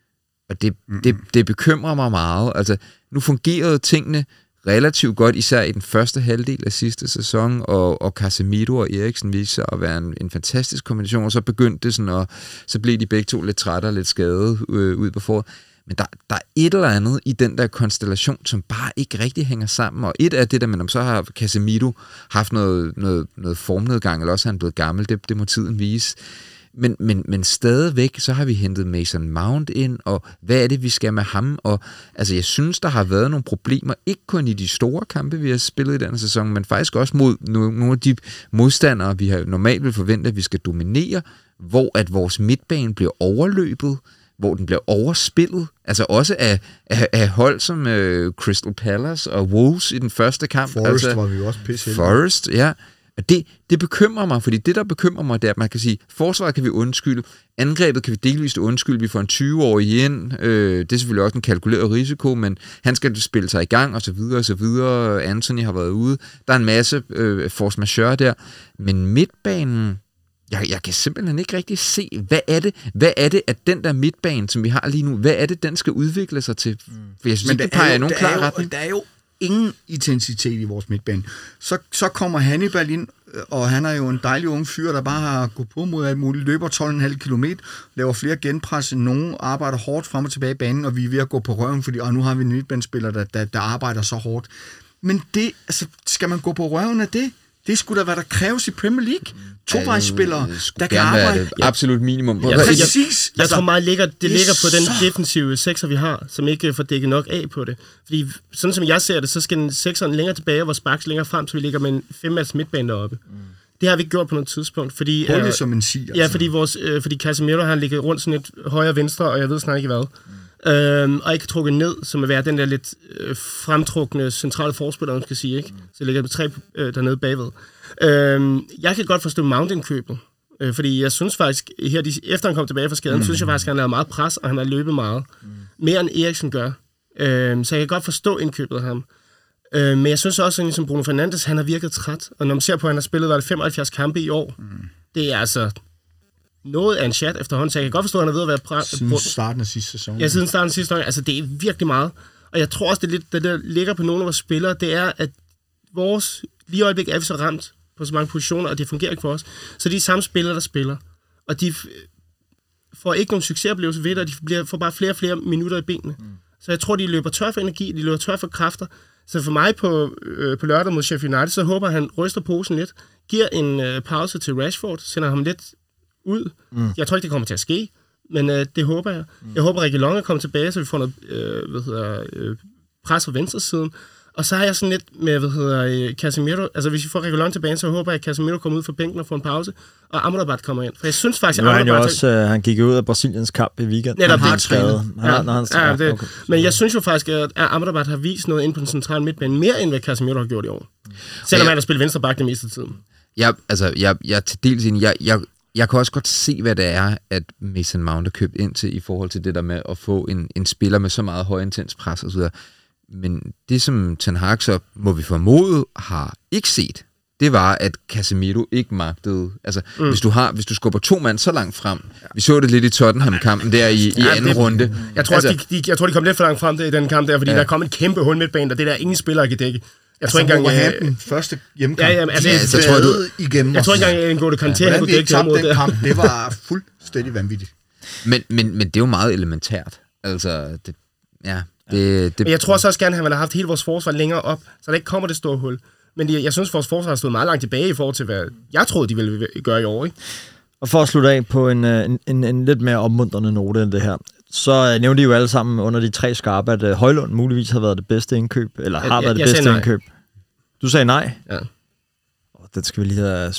Og det, mm-hmm. det, det bekymrer mig meget. Altså, nu fungerede tingene relativt godt, især i den første halvdel af sidste sæson, og, og Casemiro og Eriksen viste sig at være en, en fantastisk kombination, og så begyndte det sådan, og så blev de begge to lidt trætte og lidt skadede øh, ud på foråret. Men der, der er et eller andet i den der konstellation, som bare ikke rigtig hænger sammen. Og et af det der, men om så har Casemiro haft noget, noget, noget formnedgang, eller også er han blevet gammel, det, det må tiden vise. Men, men, men stadigvæk, så har vi hentet Mason Mount ind, og hvad er det, vi skal med ham? Og altså, jeg synes, der har været nogle problemer, ikke kun i de store kampe, vi har spillet i denne sæson, men faktisk også mod nogle af de modstandere, vi har normalt vil forvente, at vi skal dominere, hvor at vores midtbane bliver overløbet, hvor den bliver overspillet, altså også af, af, af hold som øh, Crystal Palace og Wolves i den første kamp. Forrest altså, var vi jo også pisse Forrest, ja. Og det, det bekymrer mig, fordi det, der bekymrer mig, det er, at man kan sige, forsvaret kan vi undskylde, angrebet kan vi delvist undskylde, vi får en tyve-årig ind, øh, det er selvfølgelig også en kalkuleret risiko, men han skal spille sig i gang, og så videre, og så videre. Anthony har været ude. Der er en masse øh, force majeure der, men midtbanen, Jeg, jeg kan simpelthen ikke rigtig se, hvad er det, hvad er det, at den der midtbane, som vi har lige nu, hvad er det, den skal udvikle sig til? For jeg synes, Men det der peger er i jo, nogen der klar er jo, retning. Der er jo ingen intensitet i vores midtbane. Så, så kommer Hannibal ind, og han er jo en dejlig ung fyr, der bare har gået på mod alt muligt, løber tolv komma fem kilometer, laver flere genpres end nogen, arbejder hårdt frem og tilbage i banen, og vi er ved at gå på røven, fordi og nu har vi en midtbanespiller, der, der, der arbejder så hårdt. Men det, altså, skal man gå på røven af det? Det skulle da, hvad der kræves i Premier League. Tovejsspillere, der kan arbejde. Det absolut minimum. Ja, Ja, Præcis. Jeg Altså, tror meget, ligger, det, det det er ligger på den så- defensive sekser, vi har, som ikke får dækket nok af på det. Fordi sådan som jeg ser det, så skal den sekseren længere tilbage, hvor Sparks længere frem, så vi ligger med en femmands midtbane deroppe. Mm. Det har vi ikke gjort på noget tidspunkt. Fordi, Hurtigt øh, som en sig. Altså. Ja, fordi, vores, øh, fordi Casemiro har ligget rundt sådan et højre-venstre, og jeg ved snart ikke hvad. Mm. Øhm, og ikke trukket ned, som at være den der lidt øh, fremtrukne centrale forspiller, man skal sige. Ikke? Mm. Så ligger med tre øh, dernede bagved. Øhm, jeg kan godt forstå Mountain-købet. Øh, fordi jeg synes faktisk, her, de, efter han kom tilbage fra skaden, mm. synes jeg faktisk, at han har lavet meget pres, og han har løbet meget. Mm. Mere end Eriksen gør. Øh, så jeg kan godt forstå indkøbet af ham. Øh, men jeg synes også, at som Bruno Fernandes, han har virket træt. Og når man ser på, at han har spillet var det femoghalvfjerds kampe i år, mm. det er altså... noget af en chat efterhånden, så jeg kan godt forstå, at han er ved at være... Pra- Siden starten af sidste sæson. Ja, siden starten af sidste sæson. Altså, det er virkelig meget. Og jeg tror også, det er lidt, det der ligger på nogle af vores spillere, det er, at vores... Lige i øjeblik er vi så ramt på så mange positioner, og det fungerer ikke for os. Så de er samme spillere, der spiller. Og de får ikke nogen succesoplevelse ved det, og de bliver, får bare flere og flere minutter i benene. Mm. Så jeg tror, de løber tør for energi, de løber tør for kræfter. Så for mig på, øh, på lørdag mod Sheffield United, så håber han ryster posen lidt, giver en øh, pause til Rashford, sender ham lidt ud. Mm. Jeg tror ikke, det kommer til at ske, men øh, det håber jeg. Mm. Jeg håber, at Reguilon er kommet tilbage, så vi får noget øh, hvad hedder, øh, pres fra venstresiden. Og så har jeg sådan lidt med, hvad hedder Casemiro, altså hvis vi får Reguilon tilbage, så håber jeg, at Casemiro kommer ud fra bænken og får en pause, og Amrabat kommer ind. For jeg synes faktisk, at Amrabat... Han, også, øh, han gik ud af Brasiliens kamp i weekenden. Netop han har det. skadet. Han ja, har, han ja, det. Okay. Men jeg synes jo faktisk, at Amrabat har vist noget ind på den centrale midtbane, mere end hvad Casemiro har gjort i år. Mm. Selvom jeg, han har spillet venstre bak det meste af tiden. Jeg, altså, jeg, jeg er til dels enig. Jeg, jeg, jeg kan også godt se, hvad det er, at Mason Mount er købt ind til, i forhold til det der med at få en, en spiller med så meget højintens pres og så videre. Men det, som Ten Hag så, må vi formode, har ikke set, det var, at Casemiro ikke magtede. Altså, mm. hvis, du har, hvis du skubber to mand så langt frem, ja. Vi så det lidt i Tottenham-kampen der i, i ja, anden det, runde. Jeg tror, altså, de, de, jeg tror, de kom lidt for langt frem der, i den kamp der, fordi ja. Der kom et kæmpe hul midtbane, der det der ingen spillere kan dække. Jeg tror altså, ikke engang... den første hjemmekamp, ja, jamen, altså, de altså, jeg, tror, du, igennem jeg tror ikke engang, at N'Golo Kanté ja, kunne dække det mod den kamp, det var fuldstændig vanvittigt. Men, men, men det er jo meget elementært. Altså, det, ja... Det, det... Men jeg tror så også gerne, at han ville have haft hele vores forsvar længere op, så der ikke kommer det store hul. Men det, jeg synes, at vores forsvar har stået meget langt tilbage i forhold til, hvad jeg troede, de ville gøre i år. Ikke? Og for at slutte af på en, en, en, en lidt mere opmuntrende note end det her, så nævnte de jo alle sammen under de tre skarpe, at Højlund muligvis har været det bedste indkøb, eller har jeg, været jeg, det bedste indkøb. Du sagde nej? Ja. Oh, det skal vi lige have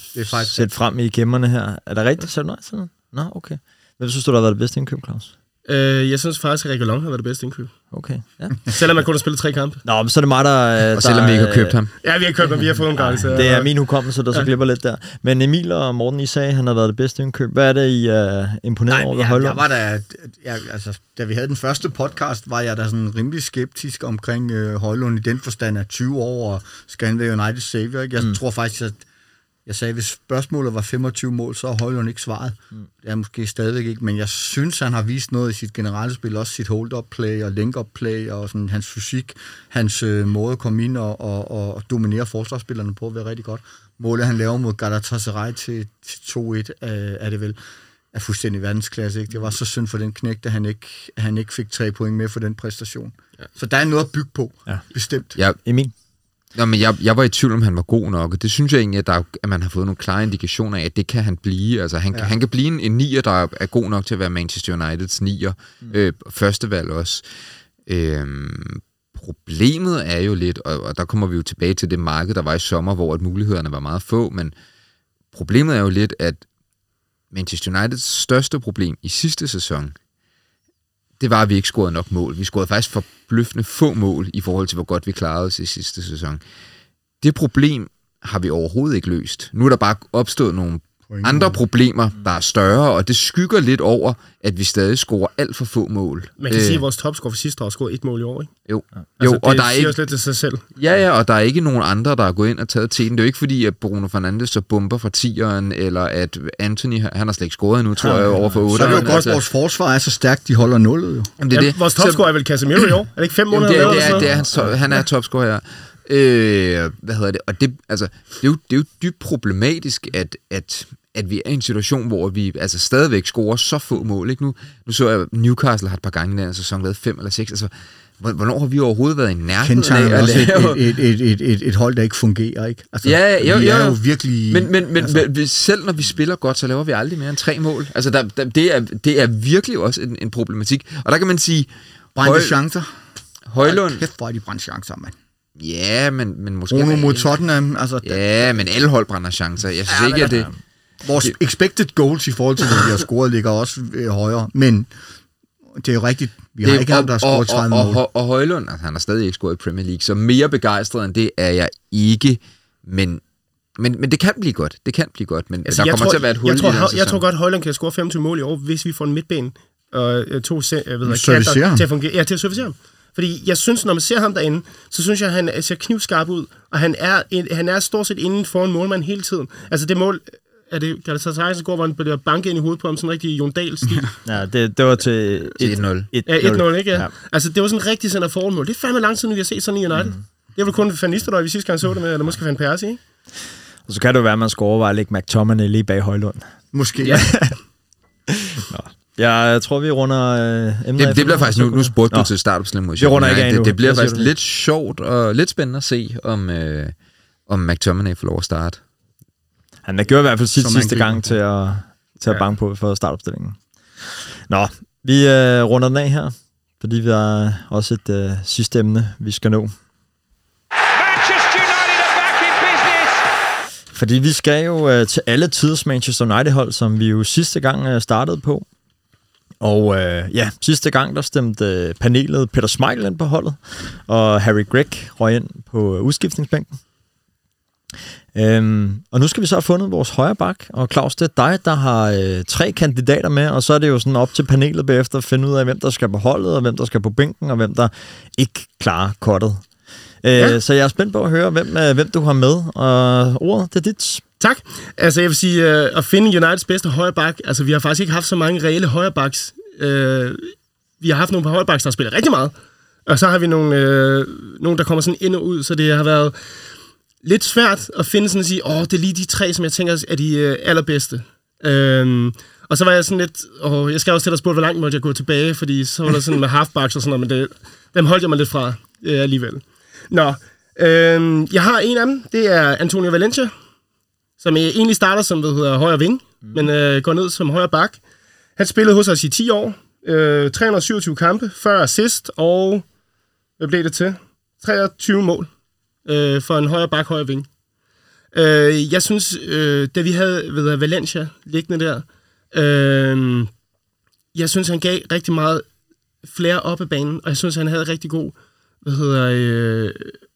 sætte frem i gemmerne her. Er det rigtigt, sagde du nej til den? Nå, okay. Hvad synes du, der har været det bedste indkøb, Claus? Øh, jeg synes faktisk, at Reguilon har været det bedste indkøb. Okay, ja. Selvom man kun har spillet tre kampe. Nå, men så er det mig, der... Og selvom der, vi ikke har købt ham. Ja, vi har købt ham, vi har fået ham gratis. Det er min hukommelse, der så glipper lidt der. Men Emil og Morten, I sagde, at han har været det bedste indkøb. Hvad er det, I er imponeret over ved Højlund? Jeg var da... Jeg, altså, da vi havde den første podcast, var jeg da sådan rimelig skeptisk omkring øh, Højlund i den forstand af tyve år, og skal han være United savior, ikke? Jeg mm. tror faktisk, at jeg sagde, at hvis spørgsmålet var femogtyve mål, så har Højlund ikke svaret. Mm. Det er måske stadigvæk ikke, men jeg synes, han har vist noget i sit generelle spil, også sit hold-up play og link-up play, og sådan hans fysik, hans øh, måde at komme ind og, og, og dominere forsvarsspillerne på, vil være rigtig godt. Målet, han laver mod Galatasaray til, til to et, øh, er det vel, er fuldstændig verdensklasse. Ikke? Det var så synd for den knægt, at han ikke, at han ikke fik tre point med for den præstation. Ja. Så der er noget at bygge på, ja. Bestemt. Ja, Emil? Nå, men jeg, jeg var i tvivl, om han var god nok, og det synes jeg egentlig, at, der, at man har fået nogle klare indikationer af, at det kan han blive. Altså, han, ja. han kan blive en, en nier, der er god nok til at være Manchester Uniteds nier. Mm. Øh, førstevalg også. Øhm, problemet er jo lidt, og, og der kommer vi jo tilbage til det marked, der var i sommer, hvor at mulighederne var meget få, men problemet er jo lidt, at Manchester Uniteds største problem i sidste sæson, det var, at vi ikke scorede nok mål. Vi scorede faktisk forbløffende få mål i forhold til, hvor godt vi klarede os i sidste sæson. Det problem har vi overhovedet ikke løst. Nu er der bare opstået nogle andre problemer, der er større, og det skygger lidt over, at vi stadig scorer alt for få mål. Man kan øh, sige, at vores topscorer for sidste år har scoret et mål i år, ikke? Jo, ja. Altså, jo det og der er ikke også lidt til sig selv. Ja, ja, og der er ikke nogen andre, der er gået ind og taget teten. Det er jo ikke fordi, at Bruno Fernandes så bomber fra tieren, eller at Anthony, han har slet ikke scoret endnu, tror ja, jeg, over for otte. Så er det jo godt, altså, vores forsvar er så stærkt, de holder nullet jo. Jamen, det er ja, det. Vores topscorer er vel Casemiro i år? Er det ikke fem måneder? Det er, det er, det er, hans, han er topscorer her. Øh, hvad hedder det? Og det, altså, det, er jo, det er jo dybt problematisk, at, at, at vi er i en situation, hvor vi altså, stadigvæk scorer så få mål. Ikke? Nu, nu så jeg, Newcastle har et par gange i den sæson lavet fem eller seks. Altså, hvornår har vi overhovedet været i nærheden af at lave... Et, et, et, et, et hold, der ikke fungerer, ikke? Altså, ja, jo, vi er jo. jo virkelig... Men, men, men altså... selv når vi spiller godt, så laver vi aldrig mere end tre mål. Altså, der, der, det, er, det er virkelig også en, en problematik. Og der kan man sige... Brændte Høj... chancer. Højlund... Kæft, hvor er de brændte chancer, mand. Ja, men, men måske... Bruno mod Tottenham, altså... Ja, men alle hold brænder chancer. Jeg synes ja, ikke, at det... Vores expected goals i forhold til, hvad vi har scoret, ligger også øh, højere, men det er jo rigtigt. Vi har det, ikke ham, der har scoret tredive og, mål. Og, og, og Højlund, altså, han har stadig ikke scoret i Premier League, så mere begejstret end det er jeg ikke, men, men, men det kan blive godt. Det kan blive godt, men altså, der kommer tror, til at være et hul jeg tror, i den sæson. Jeg tror godt, Højlund kan score femogtyve mål i år, hvis vi får en midtbane og to jeg ved, kanter til at fungere. Ja, til at servicere ham. Fordi jeg synes, når man ser ham derinde, så synes jeg, at han ser knivskarp ud, og han er, han er stort set inden for en målmand hele tiden. Altså det mål, er det Galatasaray, så går, hvor han bliver banket ind i hovedet på ham, sådan en rigtig Jon Dahl-stil. Ja, det, det var til et nul. Ja, et nul, ikke? Ja. Ja. Altså, det var sådan en rigtig center formål. Det er fandme lang tid, vi har set sådan i United. Mm. Det var kun Van Nistelrooy, vi sidste gang så det med, eller måske Van Persie, ikke? Og så kan det jo være, at man skal overveje at lægge McTominay lige bag Højlund. Måske. Ja. Nå. Jeg tror, vi runder øh, emnet. Det, det bliver faktisk, nu, nu spurgte du til startopstillingen mod Vi runder ikke af det, det bliver Hvad faktisk lidt sjovt og lidt spændende at se, om, øh, om McTominay får lov at starte. Han gjorde i hvert fald sit Som sidste angriber. gang til at, til at Ja. banke på for startopstillingen. Nå, vi øh, runder den af her, fordi vi har også et øh, sidste emne, vi skal nå. Manchester United are back in business. Fordi vi skal jo øh, til alle tiders Manchester United-hold, som vi jo sidste gang øh, startede på. Og øh, ja, sidste gang der stemte øh, panelet Peter Schmeichel ind på holdet, og Harry Gregg røg ind på øh, udskiftningsbænken. Øhm, og nu skal vi så have fundet vores højre bak, og Claus, det er dig, der har øh, tre kandidater med, og så er det jo sådan op til panelet bagefter at finde ud af, hvem der skal på holdet, og hvem der skal på bænken, og hvem der ikke klarer kottet. Øh, ja. Så jeg er spændt på at høre, hvem, øh, hvem du har med, og ordet, det er dit. Tak. Altså, jeg vil sige, uh, at finde Uniteds bedste højreback, altså, vi har faktisk ikke haft så mange reelle højrebacks. Uh, vi har haft nogle på højrebacks, der har spillet rigtig meget, og så har vi nogle, uh, nogle der kommer sådan ind og ud, så det har været lidt svært at finde sådan at sige, åh, det er lige de tre, som jeg tænker er de uh, allerbedste. Uh, og så var jeg sådan lidt, åh, jeg skal også til at spørge, hvor langt måtte jeg gå tilbage, fordi så var der sådan med halfbacks og sådan noget, men det, dem holdt jeg mig lidt fra uh, alligevel. Nå, uh, jeg har en af dem, det er Antonio Valencia, som egentlig starter som, hvad hedder, højre ving, mm. men øh, går ned som højre bak. Han spillede hos os i ti år, øh, tre hundrede og syvogtyve kampe, fyrre assist, og hvad blev det til? treogtyve mål øh, for en højre bak, højre ving. Øh, jeg synes, øh, da vi havde ved Valencia liggende der, øh, jeg synes, han gav rigtig meget flere op ad banen, og jeg synes, han havde rigtig god, hvad hedder... Øh,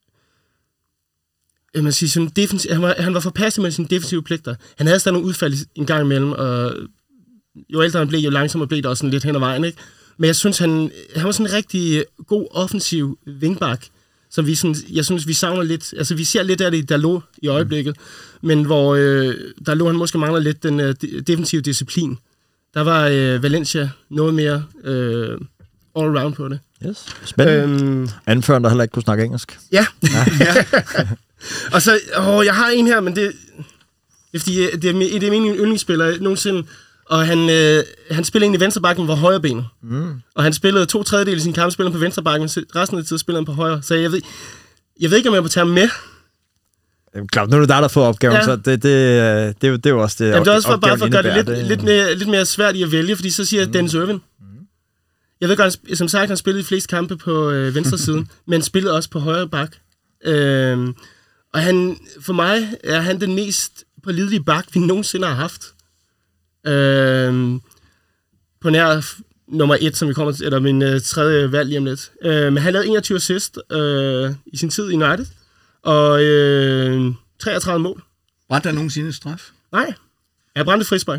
man siger, sådan defensiv, han, var, han var for passiv med sine defensive pligter. Han havde stadig nogle udfald en gang imellem, og jo ældre han blev, jo langsommere blev det også sådan lidt hen ad vejen, ikke? Men jeg synes, han, han var sådan en rigtig god offensiv wingback, som vi sådan, jeg synes, vi savner lidt. Altså, vi ser lidt af det i Dalot i øjeblikket, mm. men hvor øh, Dalot, han måske mangler lidt den øh, defensive disciplin. Der var øh, Valencia noget mere øh, all around på det. Yes. Spændende. Øhm, Anføreren, der heller ikke kunne snakke engelsk. Ja. ja. Og så, åh, jeg har en her, men det, det er fordi, det er, det er min yndlingsspiller nogensinde, og han, øh, han spiller egentlig venstrebakken på højre ben. Mm. Og han spillede to tredjedel i sin kamp, spillede på venstrebakken, resten af tiden spillede han på højre. Så jeg ved, jeg ved ikke, om jeg må tage ham med. Klart, nu er det der, der får opgaven, ja. Så det, det, det, det, det er jo også det, Jamen, det er også for, bare for at gøre det lidt, det. Lidt, mere, lidt mere svært i at vælge, fordi så siger jeg mm. Dennis Irvin. Mm. Jeg ved godt, som sagt, han spillede de fleste kampe på øh, venstre siden, men spillede også på højre bak. Øh, Og han, for mig er han den mest pålidelige bak, vi nogensinde har haft. Øhm, på nær nummer et, som vi kommer til, eller min øh, tredje valg lige om lidt. Øh, men han lavede enogtyve assist øh, i sin tid i United, og øh, treogtredive mål. Brændte han nogensinde straf? Nej, jeg brændte frispark.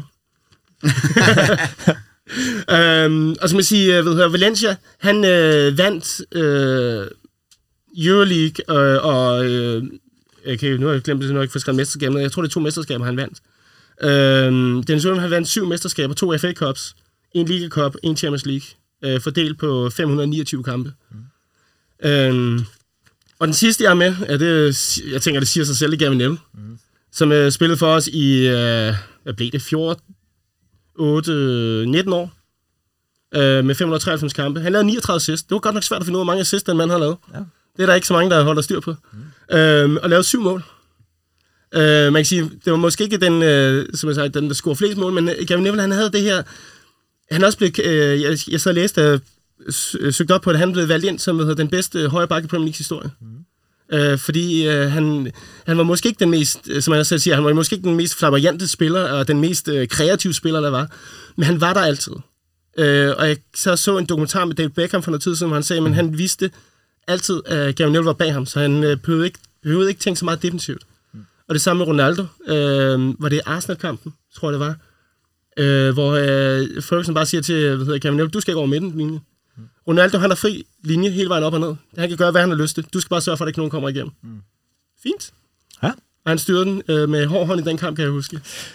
øhm, og som jeg siger, ved her, Valencia, han øh, vandt øh, Euroleague øh, og... Øh, Okay, nu har jeg glemt det, nu har jeg ikke fået skrevet mesterskaber. Jeg tror, det er to mesterskaber, han vandt. Øhm, Dennis Irvin, han vandt syv mesterskaber, to F A Cups, en Liga Cup, en Champions League, øh, fordelt på fem hundrede og niogtyve kampe. Mm. Øhm, og den sidste, jeg er med, er det, jeg tænker, det siger sig selv, det Gavin Neville, mm. som øh, spillede for os i, øh, hvad blev det, fjorten, otte, nitten år, øh, med fem hundrede og treoghalvfems kampe. Han lavede niogtredive assist. Det var godt nok svært at finde ud af, hvor mange assist den mand har lavet. Ja. Det er der ikke så mange, der holder styr på. Mm. Øhm, og lavede syv mål. Øh, man kan sige, det var måske ikke den, øh, som jeg sagde, den der scorede flest mål, men Gavin Neville, han havde det her... Han også blev... Øh, jeg, jeg så og læste, øh, søgte op på det, han blev valgt ind som hedder, den bedste højre bakke i Premier Leagues historie. Mm. Øh, fordi øh, han, han var måske ikke den mest, som jeg selv siger, han var måske ikke den mest flamboyante spiller, og den mest øh, kreative spiller, der var. Men han var der altid. Øh, og jeg så, så en dokumentar med David Beckham for noget tid siden, hvor han sagde, men han vidste altid, at Gavin Neville var bag ham, så han øh, behøvede, ikke, behøvede ikke tænke så meget defensivt. Mm. Og det samme med Ronaldo, øh, var det Arsenal-kampen, tror jeg det var, øh, hvor øh, Ferguson bare siger til hvad hedder, Gavin Neville, du skal ikke over midten linje. Mm. Ronaldo, han har fri linje hele vejen op og ned. Han kan gøre, hvad han har lyst til. Du skal bare sørge for, at ikke nogen kommer igennem. Mm. Fint. Ja. Og han styrede den øh, med hård hånd i den kamp, kan jeg huske.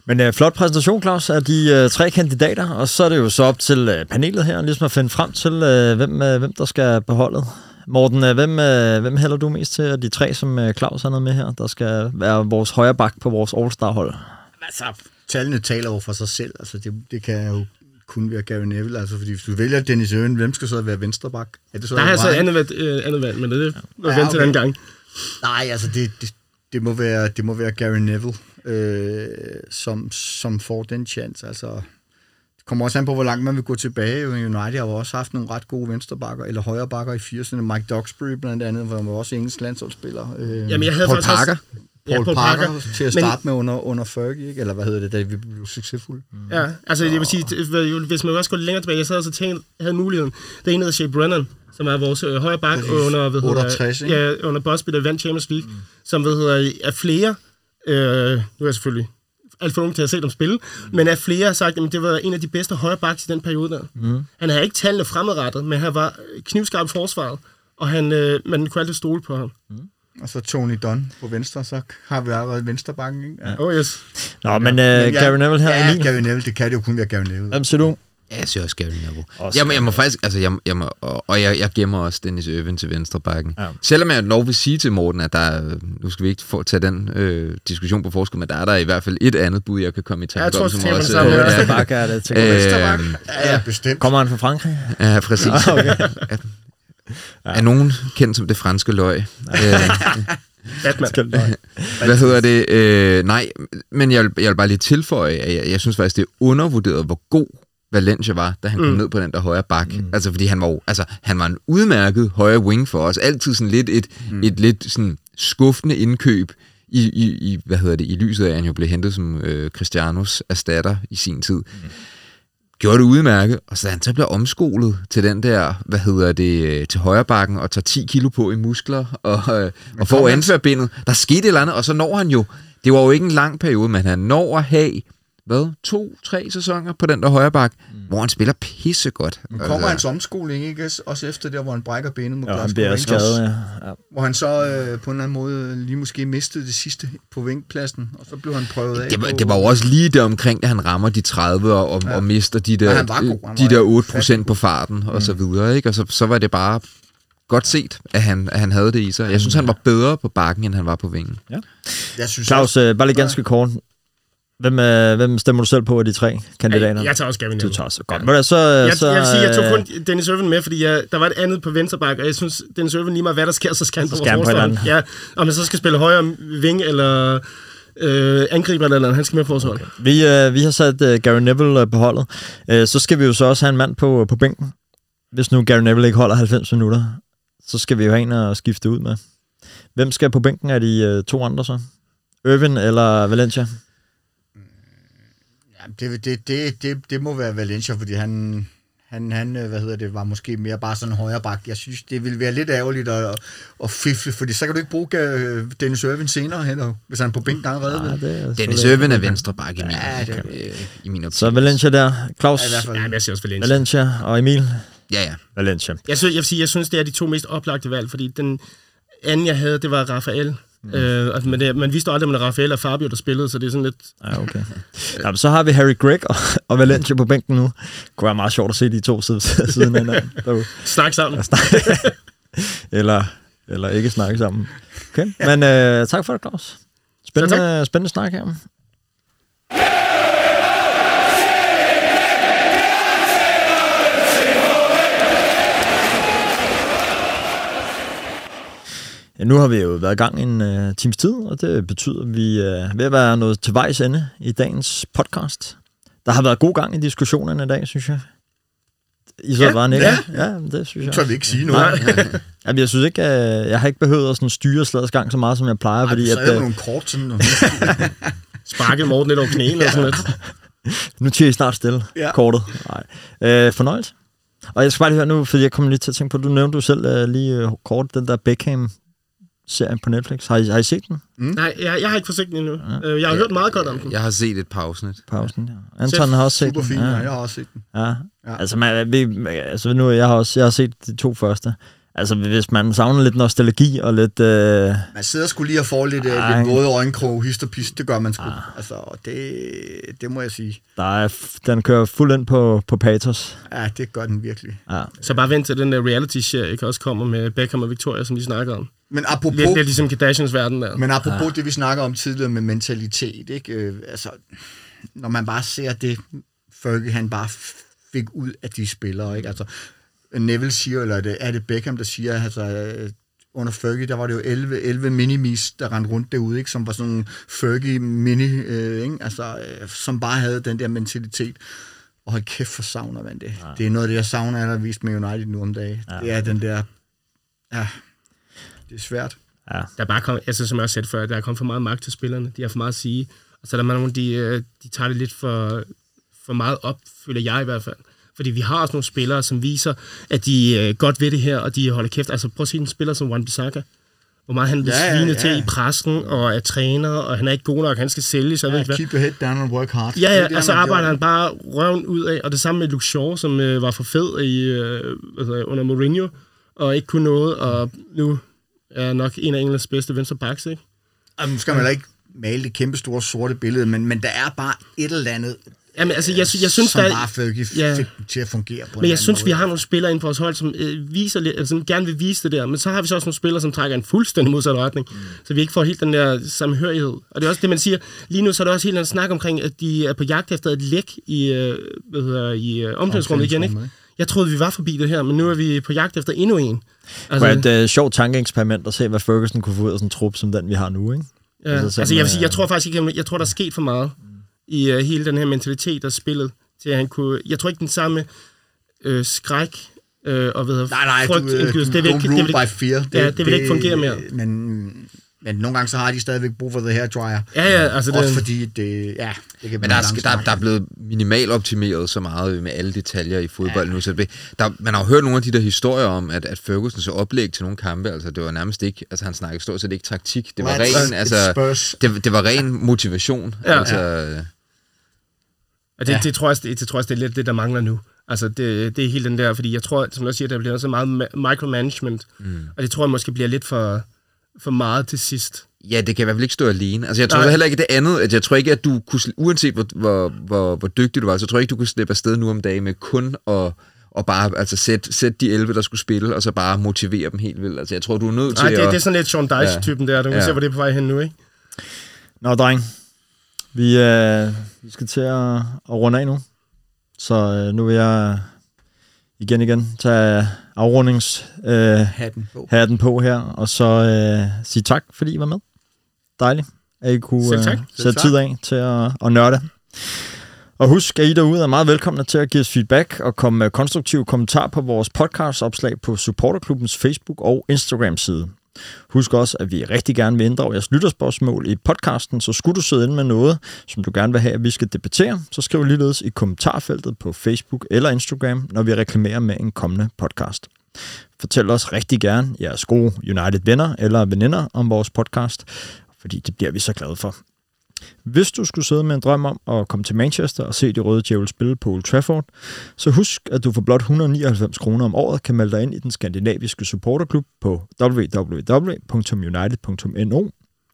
Men øh, flot præsentation, Claus, af de øh, tre kandidater, og så er det jo så op til øh, panelet her, ligesom at finde frem til, øh, hvem, øh, hvem der skal på holdet. Morten, øh, hvem, øh, hvem hælder du mest til af de tre, som øh, Claus har noget med her, der skal være vores højre bak på vores All-Star-hold? Altså, tallene taler over for sig selv. Altså, det, det kan jo kun være Gary Neville. Altså, fordi hvis du vælger Dennis Irwin, hvem skal så være venstreback? Er det så der har jeg så andet valg, øh, andet valg, men det er ja, ja, okay. til den gang. Nej, altså, det, det, det, må, være, det må være Gary Neville, øh, som, som får den chance. Altså, det kommer også an på, hvor langt man vil gå tilbage. United har jo også haft nogle ret gode venstrebakker, eller højre bakker i firserne. Mike Duxbury blandt andet, hvor han var også engelsk landsholdsspiller. Øh, Jamen, jeg havde Paul Parker. Også... Paul, ja, Paul Parker, Parker til at starte men, med under, under Fergie, ikke? Eller hvad hedder det, da vi blev succesfulde. Mm. Ja, altså jeg vil sige, hvis man også går længere tilbage, jeg sad også og tænkte, jeg havde muligheden. Det er en af Shea Brennan, som er vores øh, højre bak under, hvad otteogtres, hedder, ja, under Busby, der vandt Champions League, mm. som hvad hedder, er flere, øh, nu er jeg selvfølgelig alt for ung til at se dem spille, mm. men er flere har sagt, at det var en af de bedste højre backs i den periode der. Mm. Han havde ikke tallene fremadrettet, men han var knivskarp i forsvaret, og han, øh, man kunne altid stole på ham. Mm. Og så Tony Dunn på venstre, så har vi allerede venstrebakken, ikke? Ja. Oh yes. Nå, men, uh, men Gary Neville her. Ja, Gary Neville, det kan det jo kun være Gary Neville. Hvem siger du? Ja, jeg siger også Gary Neville. Også jeg, må, jeg må faktisk, altså, jeg, jeg må, og jeg, jeg gemmer også Dennis Irwin til venstrebakken. Ja. Selvom jeg lov vil sige til Morten, at der er, nu skal vi ikke få, tage den øh, diskussion på forskud, men der er der i hvert fald et andet bud, jeg kan komme i tanke om. Som også, det samme. Øh, venstrebakke er det til venstrebakke. Ja, ja, bestemt. Kommer han fra Frankrig? Ja, præcis. Ah, okay. er, er nogen kendt som det franske løg? Batman. Hvad hedder det? Øh, nej, men jeg vil, jeg vil bare lige tilføje, at jeg, jeg synes faktisk, det er undervurderet, hvor god Valencia var, da han mm. kom ned på den der højre bak. Mm. Altså, fordi han var jo, altså, han var en udmærket højre wing for os. Altid sådan lidt et, mm. et lidt sådan skuffende indkøb i, i, i, hvad hedder det, i lyset af, at han jo blev hentet som øh, Cristianos erstatter i sin tid. Mm. Gjorde det udmærket, og så han så bliver omskolet til den der, hvad hedder det, til højrebakken, og tager ti kilo på i muskler, og, øh, og får anførbindet. Der skete et eller andet, og så når han jo, det var jo ikke en lang periode, men han når at have, hvad, to, tre sæsoner på den der højrebak, mm. hvor han spiller pissegodt. Men kommer altså, hans omskoling, ikke? Også efter der, hvor han brækker benet mod ja, han bliver skadet, ja. Ja. Hvor han så øh, på en eller anden måde lige måske mistede det sidste på vinkpladsen, og så blev han prøvet af. Det var, det var jo også lige der omkring, da han rammer de tredive og, og, ja. og mister de der, de der otte procent på farten, og mm. så videre, ikke? Og så, så var det bare godt set, at han, at han havde det i sig. Jeg synes, han var bedre på bakken, end han var på vingen. Ja. Jeg synes, Claus, øh, bare lige ganske kort. Hvem, øh, hvem stemmer du selv på af de tre kandidater? Jeg tager også Gary Neville. Du tager også. Godt. Ja. Så, jeg, så, jeg vil sige, jeg tog kun Dennis Irwin med, fordi jeg, der var et andet på venstreback, og jeg synes, Dennis Irwin lige meget hvad der sker, så skal han på vores forsvar. Ja, om han så skal spille højre ving eller øh, angriber eller andet, han skal med på vores hold. Okay. Vi, øh, vi har sat øh, Gary Neville øh, på holdet. Øh, så skal vi jo så også have en mand på, på bænken. Hvis nu Gary Neville ikke holder halvfems minutter, så skal vi jo have en at skifte ud med. Hvem skal på bænken af de øh, to andre så? Irwin eller Valencia? Det, det, det, det, det må være Valencia, fordi han, han, han hvad hedder det, var måske mere bare sådan en højre bak. Jeg synes, det ville være lidt ærgerligt at, at fifle, fordi så kan du ikke bruge Dennis Irwin senere hen, hvis han er på bænken allerede. Ja, Dennis Irwin er venstre bak i min, ja, det, okay. i min opinion. Så Valencia der. Claus? Ja, jeg siger også Valencia. Valencia og Emil? Ja, ja. Valencia. Jeg, synes, jeg, vil sige, jeg synes, det er de to mest oplagte valg, fordi den anden, jeg havde, det var Rafael. Mm. Øh, altså, men det, man vidste aldrig, om det var Rafael og Fabio, der spillede, så det er sådan lidt... Ja, okay. Jamen, så har vi Harry Gregg og, og Valencia på bænken nu. Det kunne være meget sjovt at se de to side, siden af hinanden. Snak sammen. eller, eller ikke snakke sammen. Okay. Men øh, tak for det, Claus. Spændende, spændende snak her. Ja, nu har vi jo været i gang en uh, times tid, og det betyder, at vi er uh, ved at være nået til vejs ende i dagens podcast. Der har været god gang i diskussionerne i dag, synes jeg. I så ja, bare ikke? Ja. Ja, det synes jeg. Tør vi ikke sige noget. Jamen, jeg synes ikke, uh, jeg har ikke behøvet at sådan styre slagets gang så meget, som jeg plejer. Ej, fordi så at, er det nogle kort sådan noget. Sparket Morten lidt over knæene ja. og sådan lidt. Nu tiger I snart stille, ja. kortet. Nej. Uh, fornøjelse. Og jeg skal bare lige høre nu, fordi jeg kommer lige til at tænke på, du nævnte du selv uh, lige uh, kort, den der Beckham-serien på Netflix. Har I, har I set den? Mm. Nej, jeg, jeg har ikke fået set den endnu. Ja. Jeg har ja, hørt meget godt om den. Jeg har set et par afsnit. Pausen, ja. Anton har også set super den. Super fint, ja. Jeg har også set den. Ja, ja. Altså, man, vi, altså nu, jeg har også jeg har set de to første. Altså, hvis man savner lidt nostalgi og lidt... Øh... Man sidder sgu lige og får lidt, øh, lidt våde øjenkrog, hist og pist, det gør man sgu. Ah. Altså, det, det må jeg sige. Der er, den kører fuld ind på, på patos. Ja, det gør den virkelig. Ja. Så bare vent til den der reality-serie, ikke også kommer med Beckham og Victoria, som de snakker om. Men apropos... Lidt, lidt ligesom Kardashians verden der. Men apropos ja. det, vi snakker om tidligere med mentalitet, ikke? Øh, altså, når man bare ser det, Fergie, han bare fik ud af de spillere, ikke? Altså, Neville siger, eller er det, er det Beckham, der siger, altså, under Fergie, der var det jo elleve, elleve minimis, der rendte rundt derude, ikke? Som var sådan nogle Fergie-mini, øh, ikke? Altså, øh, som bare havde den der mentalitet. Og hold kæft, for savner man det. Ja. Det er noget af det, jeg savner allervist med United nu om dagen. Ja. Det er den der... Ja, det er svært. Ja. Der er bare kommet, altså, som jeg også sagde før, der er kommet for meget magt til spillerne. De har for meget at sige. Og så er der nogle, de, de tager det lidt for, for meget op, føler jeg i hvert fald. Fordi vi har også nogle spillere, som viser, at de er godt ved det her, og de holder kæft. Altså prøv at se en spiller som Wan-Bissaka. Hvor meget han bliver ja, svinet ja. til i pressen, og er træner, og han er ikke god nok, han skal sælge sig. Ja, ved keep your head down and work hard. Ja, ja, og så arbejder han bare røven ud af. Og det samme med Luke Shaw, som øh, var for fed i, øh, altså, under Mourinho, og ikke kunne noget, og nu er nok en af Englands bedste venstre backs, ikke? Og nu skal man da ikke male det kæmpe store sorte billede, men, men der er bare et eller andet, Jamen, altså, jeg, jeg synes, som der, bare Fergie ja. fik til at fungere på. Men jeg synes, måde. vi har nogle spillere inden for os hold, som øh, viser lidt, altså, som gerne vil vise det der, men så har vi så også nogle spillere, som trækker en fuldstændig modsat retning, mm. så vi ikke får helt den der samhørighed. Og det er også det, man siger, lige nu så er der også helt en snak omkring, at de er på jagt efter et læk i, øh, hvad hedder, i øh, omklædningsrummet igen, ikke? Jeg troede, vi var forbi det her, men nu er vi på jagt efter endnu en. Altså, det er et uh, sjovt tankeeksperiment at se, hvad Ferguson kunne få ud af sådan en trup som den, vi har nu, ikke? Ja. Altså, altså jeg vil sige, jeg tror faktisk ikke, jeg tror, der er sket for meget mm. i uh, hele den her mentalitet, der spillet til, at han kunne... Jeg tror ikke, den samme øh, skræk øh, og ved, nej, nej, frygt, du, indgydes, det vil ikke, det vil ikke, fear. Det, ja, det, det vil ikke fungere mere. Men, men nogle gange så har de stadigvæk brug for the hair dryer. Ja, ja, altså også det, fordi det, ja, det kan men der er, der, der er blevet minimal optimeret så meget med alle detaljer i fodbold ja. nu. Så det, der, man har jo hørt nogle af de der historier om, at, at Ferguson så oplæg til nogle kampe, altså det var nærmest ikke, altså han snakkede stort set ikke taktik. Det var ren, altså, det, det var ren motivation. Ja. Altså, ja. Og det, ja. det, tror jeg, det, det tror jeg, det er lidt det, der mangler nu. Altså, det, det er helt den der, fordi jeg tror, som jeg siger, der bliver så meget micromanagement, mm. og det tror jeg måske bliver lidt for, for meget til sidst. Ja, det kan i hvert fald ikke stå alene. Altså, jeg tror heller ikke det andet, at jeg tror ikke, at du kunne, uanset hvor, hvor, hvor, hvor dygtig du var, så tror jeg ikke, du kunne slippe afsted nu om dagen med kun at og bare altså sætte sæt de elleve, der skulle spille, og så bare motivere dem helt vildt. Altså, jeg tror, du er nødt til Ej, det, at... det er sådan lidt Sean Dyche-typen der. Du kan ja. se, hvor det er på vej hen nu, ikke? Nå, dreng. Vi, øh, vi skal til at, at runde af nu. Så øh, nu vil jeg igen igen tage afrundings øh, hatten, på. hatten på her, og så øh, sige tak, fordi I var med. Dejligt, at I kunne øh, sætte tid af til at, at nørde. Og husk, at I derude er meget velkomne til at give os feedback og komme med konstruktive kommentarer på vores podcastopslag på Supporterklubbens Facebook- og Instagram-side. Husk også, at vi rigtig gerne vil inddrage jeres lytterspørgsmål i podcasten, så skulle du sidde inde med noget, som du gerne vil have, at vi skal debattere, så skriv ligeledes i kommentarfeltet på Facebook eller Instagram, når vi reklamerer med en kommende podcast. Fortæl os rigtig gerne jeres gode United-venner eller veninder om vores podcast, fordi det bliver vi så glade for. Hvis du skulle sidde med en drøm om at komme til Manchester og se de røde djævel spille på Old Trafford, så husk, at du for blot et hundrede og nioghalvfems kroner om året kan melde dig ind i den skandinaviske supporterklub på w w w punktum united punktum n o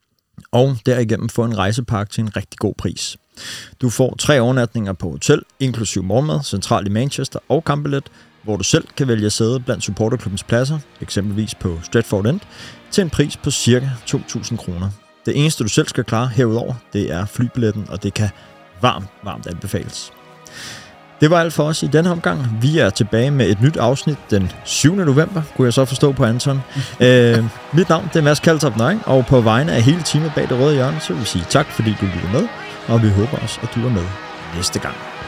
og derigennem få en rejsepakke til en rigtig god pris. Du får tre overnatninger på hotel, inklusiv morgenmad, centralt i Manchester og kampbillet, hvor du selv kan vælge sæde blandt supporterklubbens pladser, eksempelvis på Stratford End, til en pris på ca. to tusind kroner. Det eneste, du selv skal klare herudover, det er flybilletten, og det kan varmt, varmt anbefales. Det var alt for os i denne omgang. Vi er tilbage med et nyt afsnit den syvende november, kunne jeg så forstå på Anton. øh, mit navn det er Mads Kaltrup Nøring, og på vegne af hele teamet bag Det Røde Hjørne, så vil vi sige tak, fordi du lyttede med, og vi håber også, at du er med næste gang.